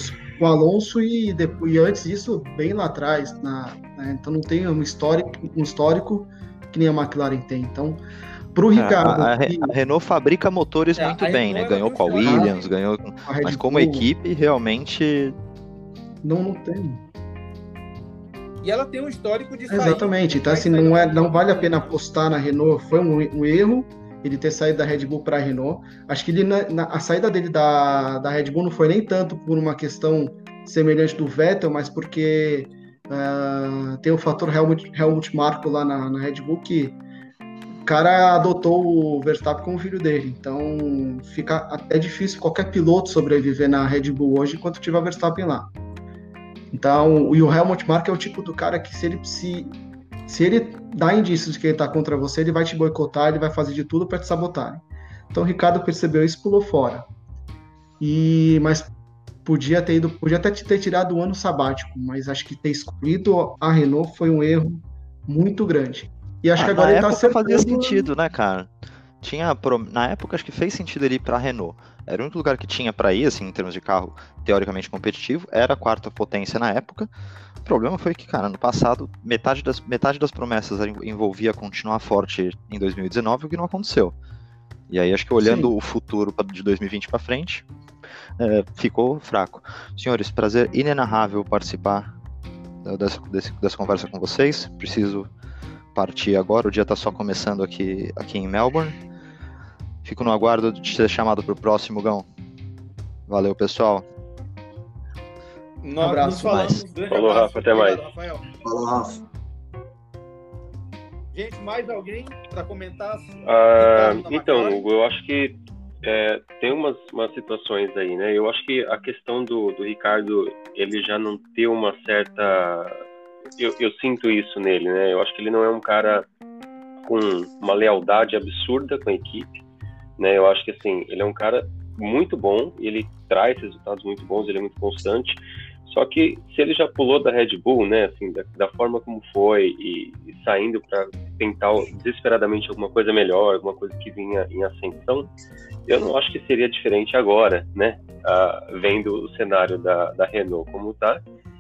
com o Alonso e, depois, e antes disso, bem lá atrás. Na, né? Então não tem um histórico, um histórico que nem a McLaren tem. Então, para o Ricardo... A, a, que... a Renault fabrica motores É, muito a bem, Renault né? Ganhou com a histórico. Williams, ganhou... a Red Mas como Bull equipe, realmente... Não, não tem. E ela tem um histórico de sair. Exatamente. Então, assim, não, é, não vale a pena apostar na Renault. Foi um, um erro ele ter saído da Red Bull para a Renault. Acho que ele, na, na, a saída dele da, da Red Bull não foi nem tanto por uma questão semelhante do Vettel, mas porque uh, tem o fator Helmut, Helmut Marko lá na, na Red Bull, que o cara adotou o Verstappen como filho dele. Então, fica até difícil qualquer piloto sobreviver na Red Bull hoje enquanto tiver o Verstappen lá. Então, e o Helmut Marko é o tipo do cara que se ele se, se ele dá indícios de que ele está contra você, ele vai te boicotar, ele vai fazer de tudo para te sabotar. Então o Ricardo percebeu isso e pulou fora. E, mas podia ter ido, podia até ter tirado o ano sabático, mas acho que ter escolhido a Renault foi um erro muito grande. E acho Ah, que agora na ele está época acertando... fazia sentido, né, cara? Tinha, na época acho que fez sentido ele ir pra Renault. Era o único lugar que tinha para ir, assim, em termos de carro teoricamente competitivo. Era a quarta potência na época. O problema foi que, cara, no passado, metade das, metade das promessas envolvia continuar forte em dois mil e dezenove, o que não aconteceu. E aí, acho que olhando Sim. o futuro de dois mil e vinte para frente, é, ficou fraco. Senhores, prazer inenarrável participar dessa, desse, dessa conversa com vocês. Preciso partir agora, o dia está só começando aqui, aqui em Melbourne. Fico no aguardo de ser chamado para o próximo, Gão. Valeu, pessoal. Um abraço. Falamos, Falou, abraço. Rafa. Até Obrigado, mais. Rafael. Falou, Rafa. Gente, mais alguém para comentar? Ah, então, Hugo, eu acho que é, tem umas, umas situações aí, né? Eu acho que a questão do, do Ricardo, ele já não ter uma certa... Eu, eu sinto isso nele, né? Eu acho que ele não é um cara com uma lealdade absurda com a equipe, né? Eu acho que, assim, ele é um cara muito bom, ele traz resultados muito bons, ele é muito constante, só que se ele já pulou da Red Bull, né, assim, da, da forma como foi e, e saindo para tentar desesperadamente alguma coisa melhor, alguma coisa que vinha em ascensão, eu não acho que seria diferente agora, né, uh, vendo o cenário da, da Renault como está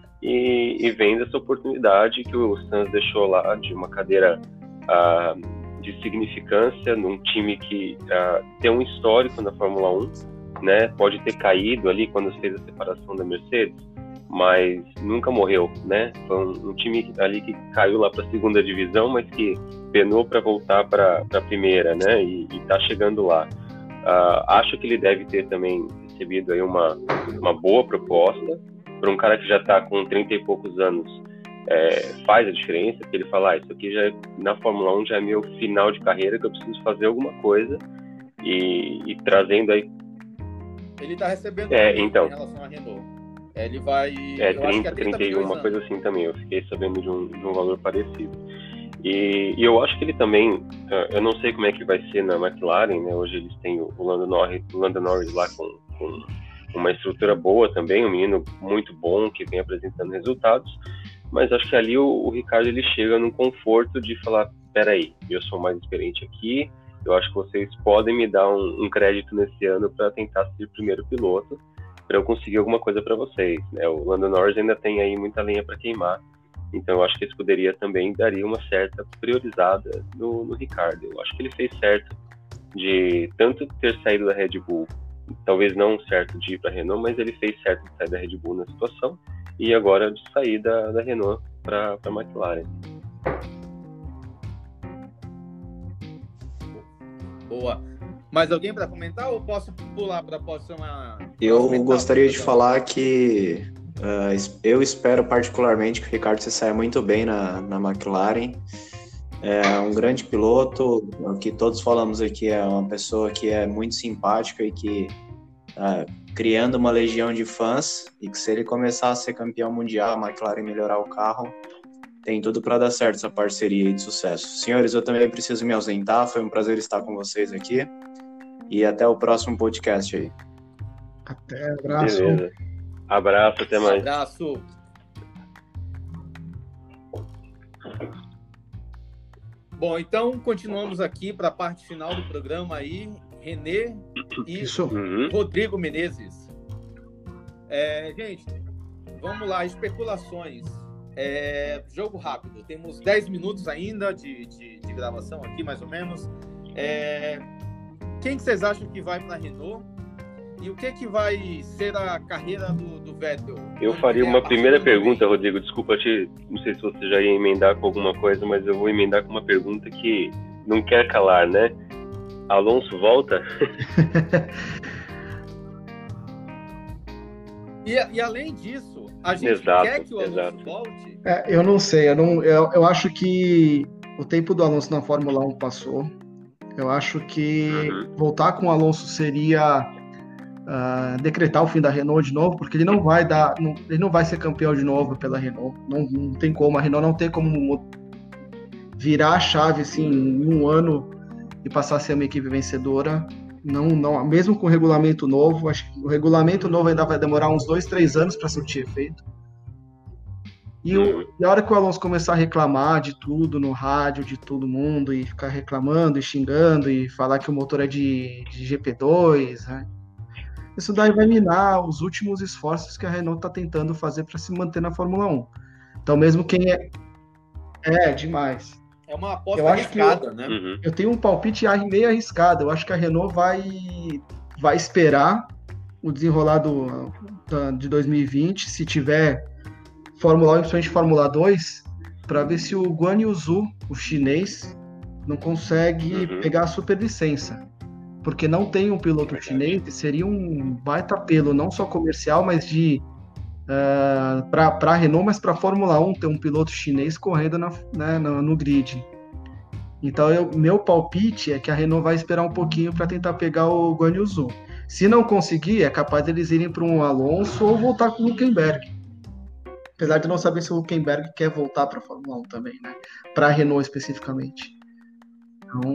e, e vendo essa oportunidade que o Sainz deixou lá de uma cadeira uh, de significância num time que uh, tem um histórico na Fórmula um, né? Pode ter caído ali quando fez a separação da Mercedes, mas nunca morreu, né? Foi um, um time ali que caiu lá para a segunda divisão, mas que penou para voltar para a primeira, né? E está chegando lá. Uh, acho que ele deve ter também recebido aí uma, uma boa proposta para um cara que já está com trinta e poucos anos. É, faz a diferença, porque ele fala, ah, isso aqui já é, na Fórmula um já é meu final de carreira, que eu preciso fazer alguma coisa, e, e trazendo aí... Ele tá recebendo é, então, em relação à Renault. Ele vai... É, trinta, trinta e um, uma coisa assim também, eu fiquei sabendo de um, de um valor parecido. E, e eu acho que ele também, eu não sei como é que vai ser na McLaren, né? Hoje eles têm o Lando Norris, o Lando Norris lá com, com uma estrutura boa também, um menino muito bom, que vem apresentando resultados, mas acho que ali o, o Ricardo ele chega num conforto de falar, peraí, eu sou mais experiente aqui, eu acho que vocês podem me dar um, um crédito nesse ano para tentar ser primeiro piloto, para eu conseguir alguma coisa para vocês, né? O Lando Norris ainda tem aí muita lenha para queimar, então eu acho que a escuderia também daria uma certa priorizada no, no Ricardo. Eu acho que ele fez certo de tanto ter saído da Red Bull, talvez não certo de ir para a Renault, mas ele fez certo de sair da Red Bull na situação, e agora de sair da, da Renault para a McLaren. Boa. Mais alguém para comentar ou posso pular para a próxima? Eu gostaria de falar que uh, eu espero particularmente que o Ricardo se saia muito bem na, na McLaren. É um grande piloto, o que todos falamos aqui, é uma pessoa que é muito simpática e que uh, criando uma legião de fãs, e que se ele começar a ser campeão mundial, a McLaren melhorar o carro, tem tudo para dar certo essa parceria de sucesso. Senhores, eu também preciso me ausentar, foi um prazer estar com vocês aqui, e até o próximo podcast aí. Até, abraço. Beleza. Abraço, até mais. Abraço. Bom, então continuamos aqui para a parte final do programa aí. René e Isso. Uhum. Rodrigo Menezes. É, gente, vamos lá, especulações. É, jogo rápido, temos dez minutos ainda de, de, de gravação aqui, mais ou menos. É, quem que vocês acham que vai para a Renault? E o que que vai ser a carreira do, do Vettel? Eu faria uma primeira pergunta, Rodrigo, desculpa, te, não sei se você já ia emendar com alguma coisa, mas eu vou emendar com uma pergunta que não quer calar, né? Alonso volta? e, e além disso, a gente exato, quer que o Alonso exato. volte? É, eu não sei, eu, não, eu, eu acho que o tempo do Alonso na Fórmula um passou. Eu acho que Uhum. voltar com o Alonso seria uh, decretar o fim da Renault de novo, porque ele não vai dar, não, ele não vai ser campeão de novo pela Renault. Não, não tem como, a Renault não tem como virar a chave assim em um ano e passar a ser uma equipe vencedora. Não, não, mesmo com o regulamento novo, acho que o regulamento novo ainda vai demorar uns dois, três anos para surtir efeito. E o, na hora que o Alonso começar a reclamar de tudo no rádio, de todo mundo, e ficar reclamando e xingando, e falar que o motor é de, de G P dois, né? Isso daí vai minar os últimos esforços que a Renault está tentando fazer para se manter na Fórmula um. Então, mesmo quem é... É, demais. É uma aposta eu acho arriscada, que eu, né? Uhum. Eu tenho um palpite meio arriscado. Eu acho que a Renault vai, vai esperar o desenrolar do, da, de dois mil e vinte, se tiver Fórmula um, principalmente Fórmula dois, para ver se o Guan Yu Zhou, o chinês, não consegue Uhum. pegar a superlicença. Porque não tem um piloto chinês, seria um baita apelo, não só comercial, mas de uh, para a Renault, mas para a Fórmula um ter um piloto chinês correndo na, né, no, no grid. Então, eu, meu palpite é que a Renault vai esperar um pouquinho para tentar pegar o Guan Yu Zhou. Se não conseguir, é capaz deles irem para um Alonso ou voltar com o Hülkenberg. Apesar de não saber se o Hülkenberg quer voltar para a Fórmula um também, né? Para a Renault especificamente. Então...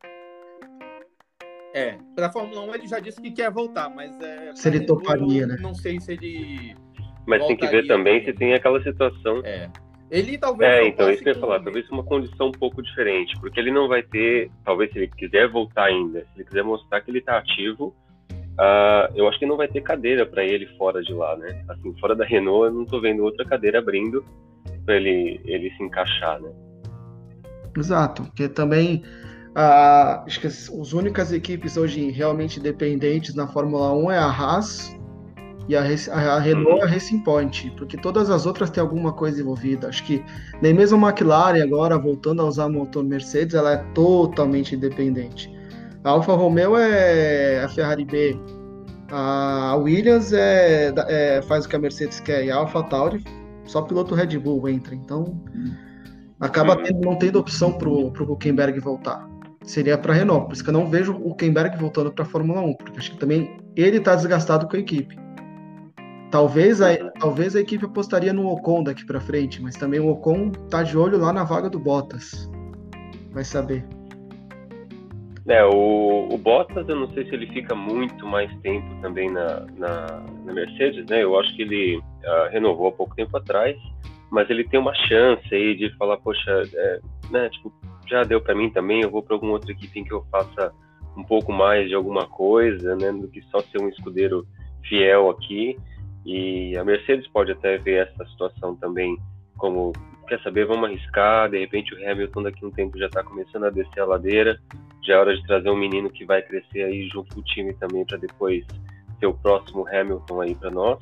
É, para a Fórmula um ele já disse que quer voltar, mas é, se ele Renault, toparia, né? Não sei se ele Mas tem que ver também, também se tem aquela situação. É. Ele talvez. É, então, isso que eu ia falar, talvez uma condição um pouco diferente, porque ele não vai ter, talvez se ele quiser voltar ainda, se ele quiser mostrar que ele está ativo, uh, eu acho que não vai ter cadeira para ele fora de lá, né? Assim, fora da Renault, eu não estou vendo outra cadeira abrindo para ele, ele se encaixar, né? Exato, porque também uh, acho que as, as únicas equipes hoje realmente dependentes na Fórmula um é a Haas e a, a, a Renault e a Racing Point, porque todas as outras têm alguma coisa envolvida. Acho que nem mesmo a McLaren agora, voltando a usar motor Mercedes, ela é totalmente independente. A Alfa Romeo é a Ferrari B, a Williams é, é, faz o que a Mercedes quer, e a Alfa Tauri só piloto Red Bull entra, então acaba tendo, não tendo opção pro, pro Hülkenberg voltar. Seria para a Renault, por isso que eu não vejo o Hülkenberg voltando para a Fórmula um, porque acho que também ele está desgastado com a equipe. Talvez a, talvez a equipe apostaria no Ocon daqui para frente, mas também o Ocon tá de olho lá na vaga do Bottas. Vai saber. É, o, o Bottas, eu não sei se ele fica muito mais tempo também na, na, na Mercedes, né? Eu acho que ele uh, renovou há pouco tempo atrás, mas ele tem uma chance aí de falar, poxa, é, né, tipo, já deu para mim também, eu vou para alguma outra equipe em que eu faça um pouco mais de alguma coisa, né, do que só ser um escudeiro fiel aqui. E a Mercedes pode até ver essa situação também como, quer saber, vamos arriscar, de repente o Hamilton daqui a um tempo já está começando a descer a ladeira, já é hora de trazer um menino que vai crescer aí junto com o time também para depois ser o próximo Hamilton aí para nós.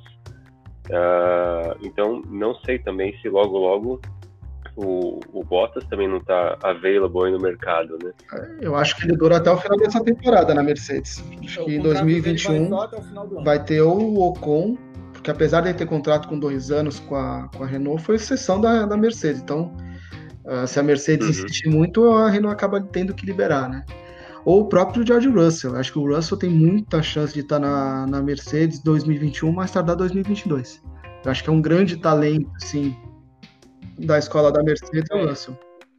Uh, então não sei também se logo logo o, o Bottas também não está available aí no mercado, né? Eu acho que ele dura até o final dessa temporada na Mercedes. Acho que em dois mil e vinte e um vai, vai ter o Ocon, porque apesar de ele ter contrato com dois anos com a, com a Renault, foi exceção da, da Mercedes. Então, uh, se a Mercedes uhum. insistir muito, a Renault acaba tendo que liberar, né? Ou o próprio George Russell. Acho que o Russell tem muita chance de estar na, na Mercedes dois mil e vinte e um, mais tardar dois mil e vinte e dois. Eu acho que é um grande talento, assim, da escola da Mercedes, é o Russell.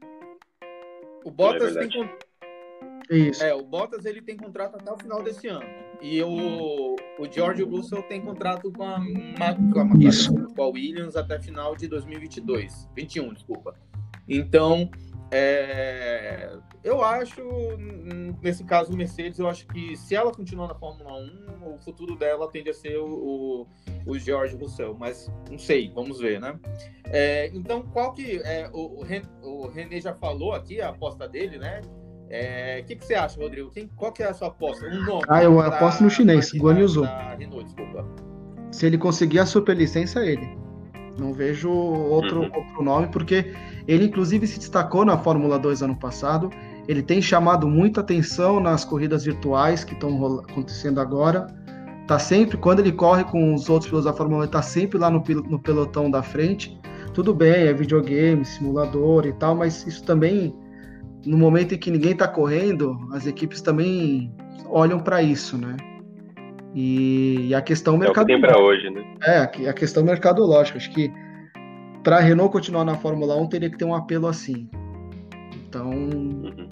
O Bottas é tem... Isso. É, o Bottas ele tem contrato até o final desse ano. E o, o George Russell tem contrato com a, com a, Isso. com a Williams até final de dois mil e vinte e dois. vinte e um, desculpa. Então, É, eu acho, nesse caso, Mercedes, eu acho que se ela continuar na Fórmula um, o futuro dela tende a ser o, o, o George Russell, mas não sei, vamos ver, né? É, então, qual que... É, o, o, Ren, o René já falou aqui, a aposta dele, né? O é, que, que você acha, Rodrigo? Quem, qual que é a sua aposta? Um nome ah, eu pra, aposto no chinês, Guan Yu Zhou. Renault, desculpa. Se ele conseguir a superlicença, é ele. Não vejo outro, uhum. outro nome, porque ele, inclusive, se destacou na Fórmula dois ano passado. Ele tem chamado muita atenção nas corridas virtuais que estão acontecendo agora. Tá sempre, quando ele corre com os outros pilotos da Fórmula um, ele tá sempre lá no, no pelotão da frente. Tudo bem, é videogame, simulador e tal, mas isso também, no momento em que ninguém tá correndo, as equipes também olham para isso, né? E, e a questão mercadológica. É o que tem para hoje, né? É, a questão mercadológica. Acho que para a Renault continuar na Fórmula um teria que ter um apelo assim. Então. Uhum.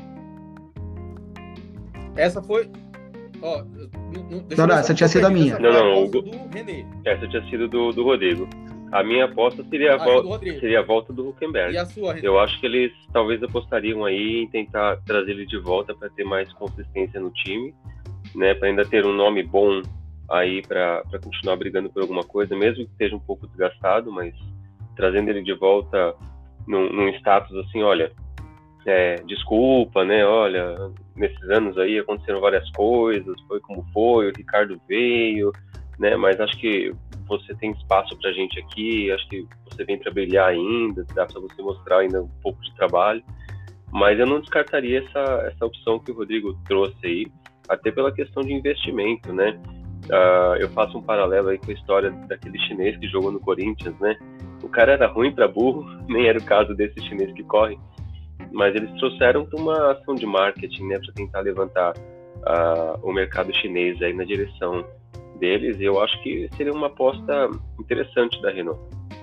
Essa foi. Ó, não, não, não essa tinha sido a minha. Não, não, o... do René. Essa tinha sido do, do Rodrigo. A minha aposta seria a, ah, volta, seria a volta do Hülkenberg. E a sua, René? Eu acho que eles talvez apostariam aí em tentar trazer ele de volta para ter mais consistência no time, né, para ainda ter um nome bom aí para continuar brigando por alguma coisa, mesmo que esteja um pouco desgastado, mas trazendo ele de volta num, num status assim, olha, é, desculpa, né, olha, nesses anos aí aconteceram várias coisas, foi como foi, o Ricardo veio, né, mas acho que você tem espaço pra gente aqui, acho que você vem para brilhar ainda, dá para você mostrar ainda um pouco de trabalho, mas eu não descartaria essa, essa opção que o Rodrigo trouxe aí, até pela questão de investimento, né? Uh, eu faço um paralelo aí com a história daquele chinês que jogou no Corinthians, né? O cara era ruim para burro, nem era o caso desse chinês que corre, mas eles trouxeram uma ação de marketing, né, para tentar levantar uh, o mercado chinês aí na direção deles, e eu acho que seria uma aposta interessante da Renault.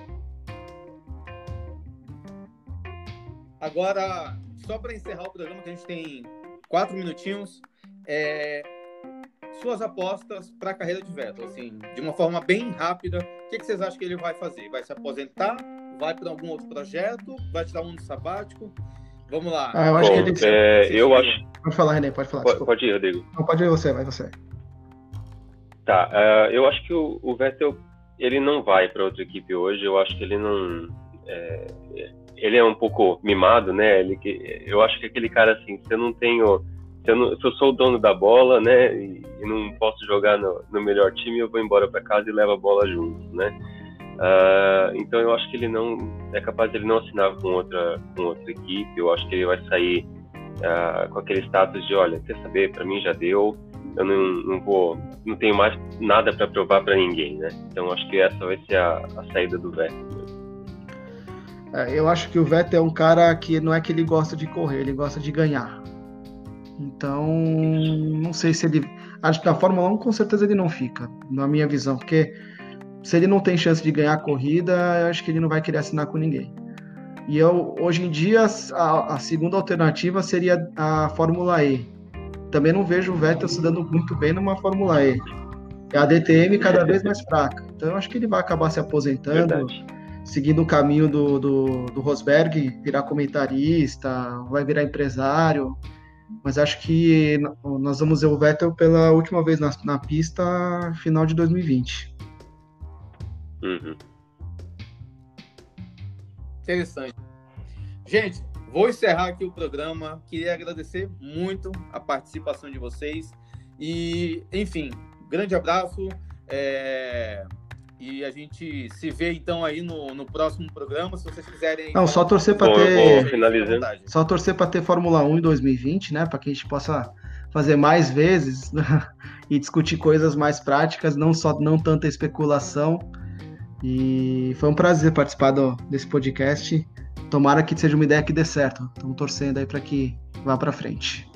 Agora, só para encerrar o programa, que a gente tem quatro minutinhos, é, suas apostas para a carreira de Vettel, assim, de uma forma bem rápida, o que, que vocês acham que ele vai fazer? Vai se aposentar? Vai para algum outro projeto? Vai tirar um ano sabático? Vamos lá. Ah, eu acho Bom, que ele... é, eu acho... Pode falar, René, pode falar. Pode, pode ir, Rodrigo. Não, pode ir você, vai você. Tá, uh, eu acho que o, o Vettel, ele não vai para outra equipe hoje, eu acho que ele não... É, ele é um pouco mimado, né? Ele, eu acho que aquele cara assim, se eu não tenho... Se eu, não, se eu sou o dono da bola, né, e, e não posso jogar no, no melhor time, eu vou embora para casa e levo a bola junto, né? Uh, então eu acho que ele não é capaz de ele não assinar com outra, com outra equipe. Eu acho que ele vai sair uh, com aquele status de, olha, quer saber, para mim já deu, eu não, não vou, não tenho mais nada para provar para ninguém, né? Então acho que essa vai ser a, a saída do Vettel. É, eu acho que o Vettel é um cara que não é que ele gosta de correr, ele gosta de ganhar. Então, não sei se ele... Acho que na Fórmula um, com certeza, ele não fica, na minha visão, porque se ele não tem chance de ganhar a corrida, eu acho que ele não vai querer assinar com ninguém. E eu, hoje em dia, a, a segunda alternativa seria a Fórmula E. Também não vejo o Vettel se dando muito bem numa Fórmula E. É a D T M cada vez mais fraca. Então, eu acho que ele vai acabar se aposentando, Verdade. seguindo o caminho do, do, do Rosberg, virar comentarista, vai virar empresário... Mas acho que nós vamos ver o Vettel pela última vez na, na pista final de dois mil e vinte. Uhum. Interessante. Gente, vou encerrar aqui o programa. Queria agradecer muito a participação de vocês. E, enfim, grande abraço. É... E a gente se vê, então, aí no, no próximo programa, se vocês quiserem... Não, só torcer para Bom, ter... Vou finalizando. Só torcer para ter Fórmula um em dois mil e vinte, né? Para que a gente possa fazer mais vezes e discutir coisas mais práticas, não só não tanta especulação. E foi um prazer participar do, desse podcast. Tomara que seja uma ideia que dê certo. Estamos torcendo aí para que vá para frente.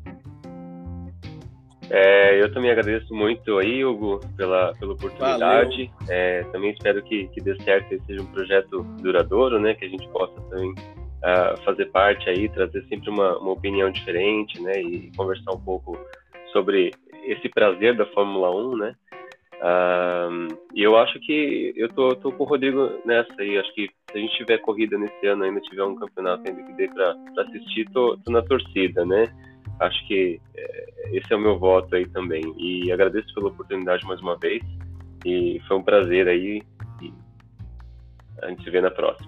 É, eu também agradeço muito aí, Hugo, pela, pela oportunidade. É, também espero que, que dê certo e seja um projeto duradouro, né? Que a gente possa também uh, fazer parte aí, trazer sempre uma, uma opinião diferente, né? E conversar um pouco sobre esse prazer da Fórmula um, né? Uh, e eu acho que eu tô, tô com o Rodrigo nessa aí. Acho que se a gente tiver corrida nesse ano, ainda tiver um campeonato ainda que dê para assistir, tô, tô na torcida, né? Acho que é, esse é o meu voto aí também. E agradeço pela oportunidade mais uma vez. E foi um prazer aí. E a gente se vê na próxima.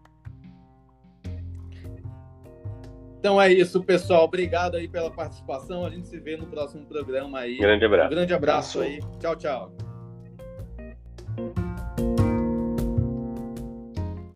Então é isso, pessoal. Obrigado aí pela participação. A gente se vê no próximo programa aí. Grande abraço. Um grande abraço aí. Tchau, tchau.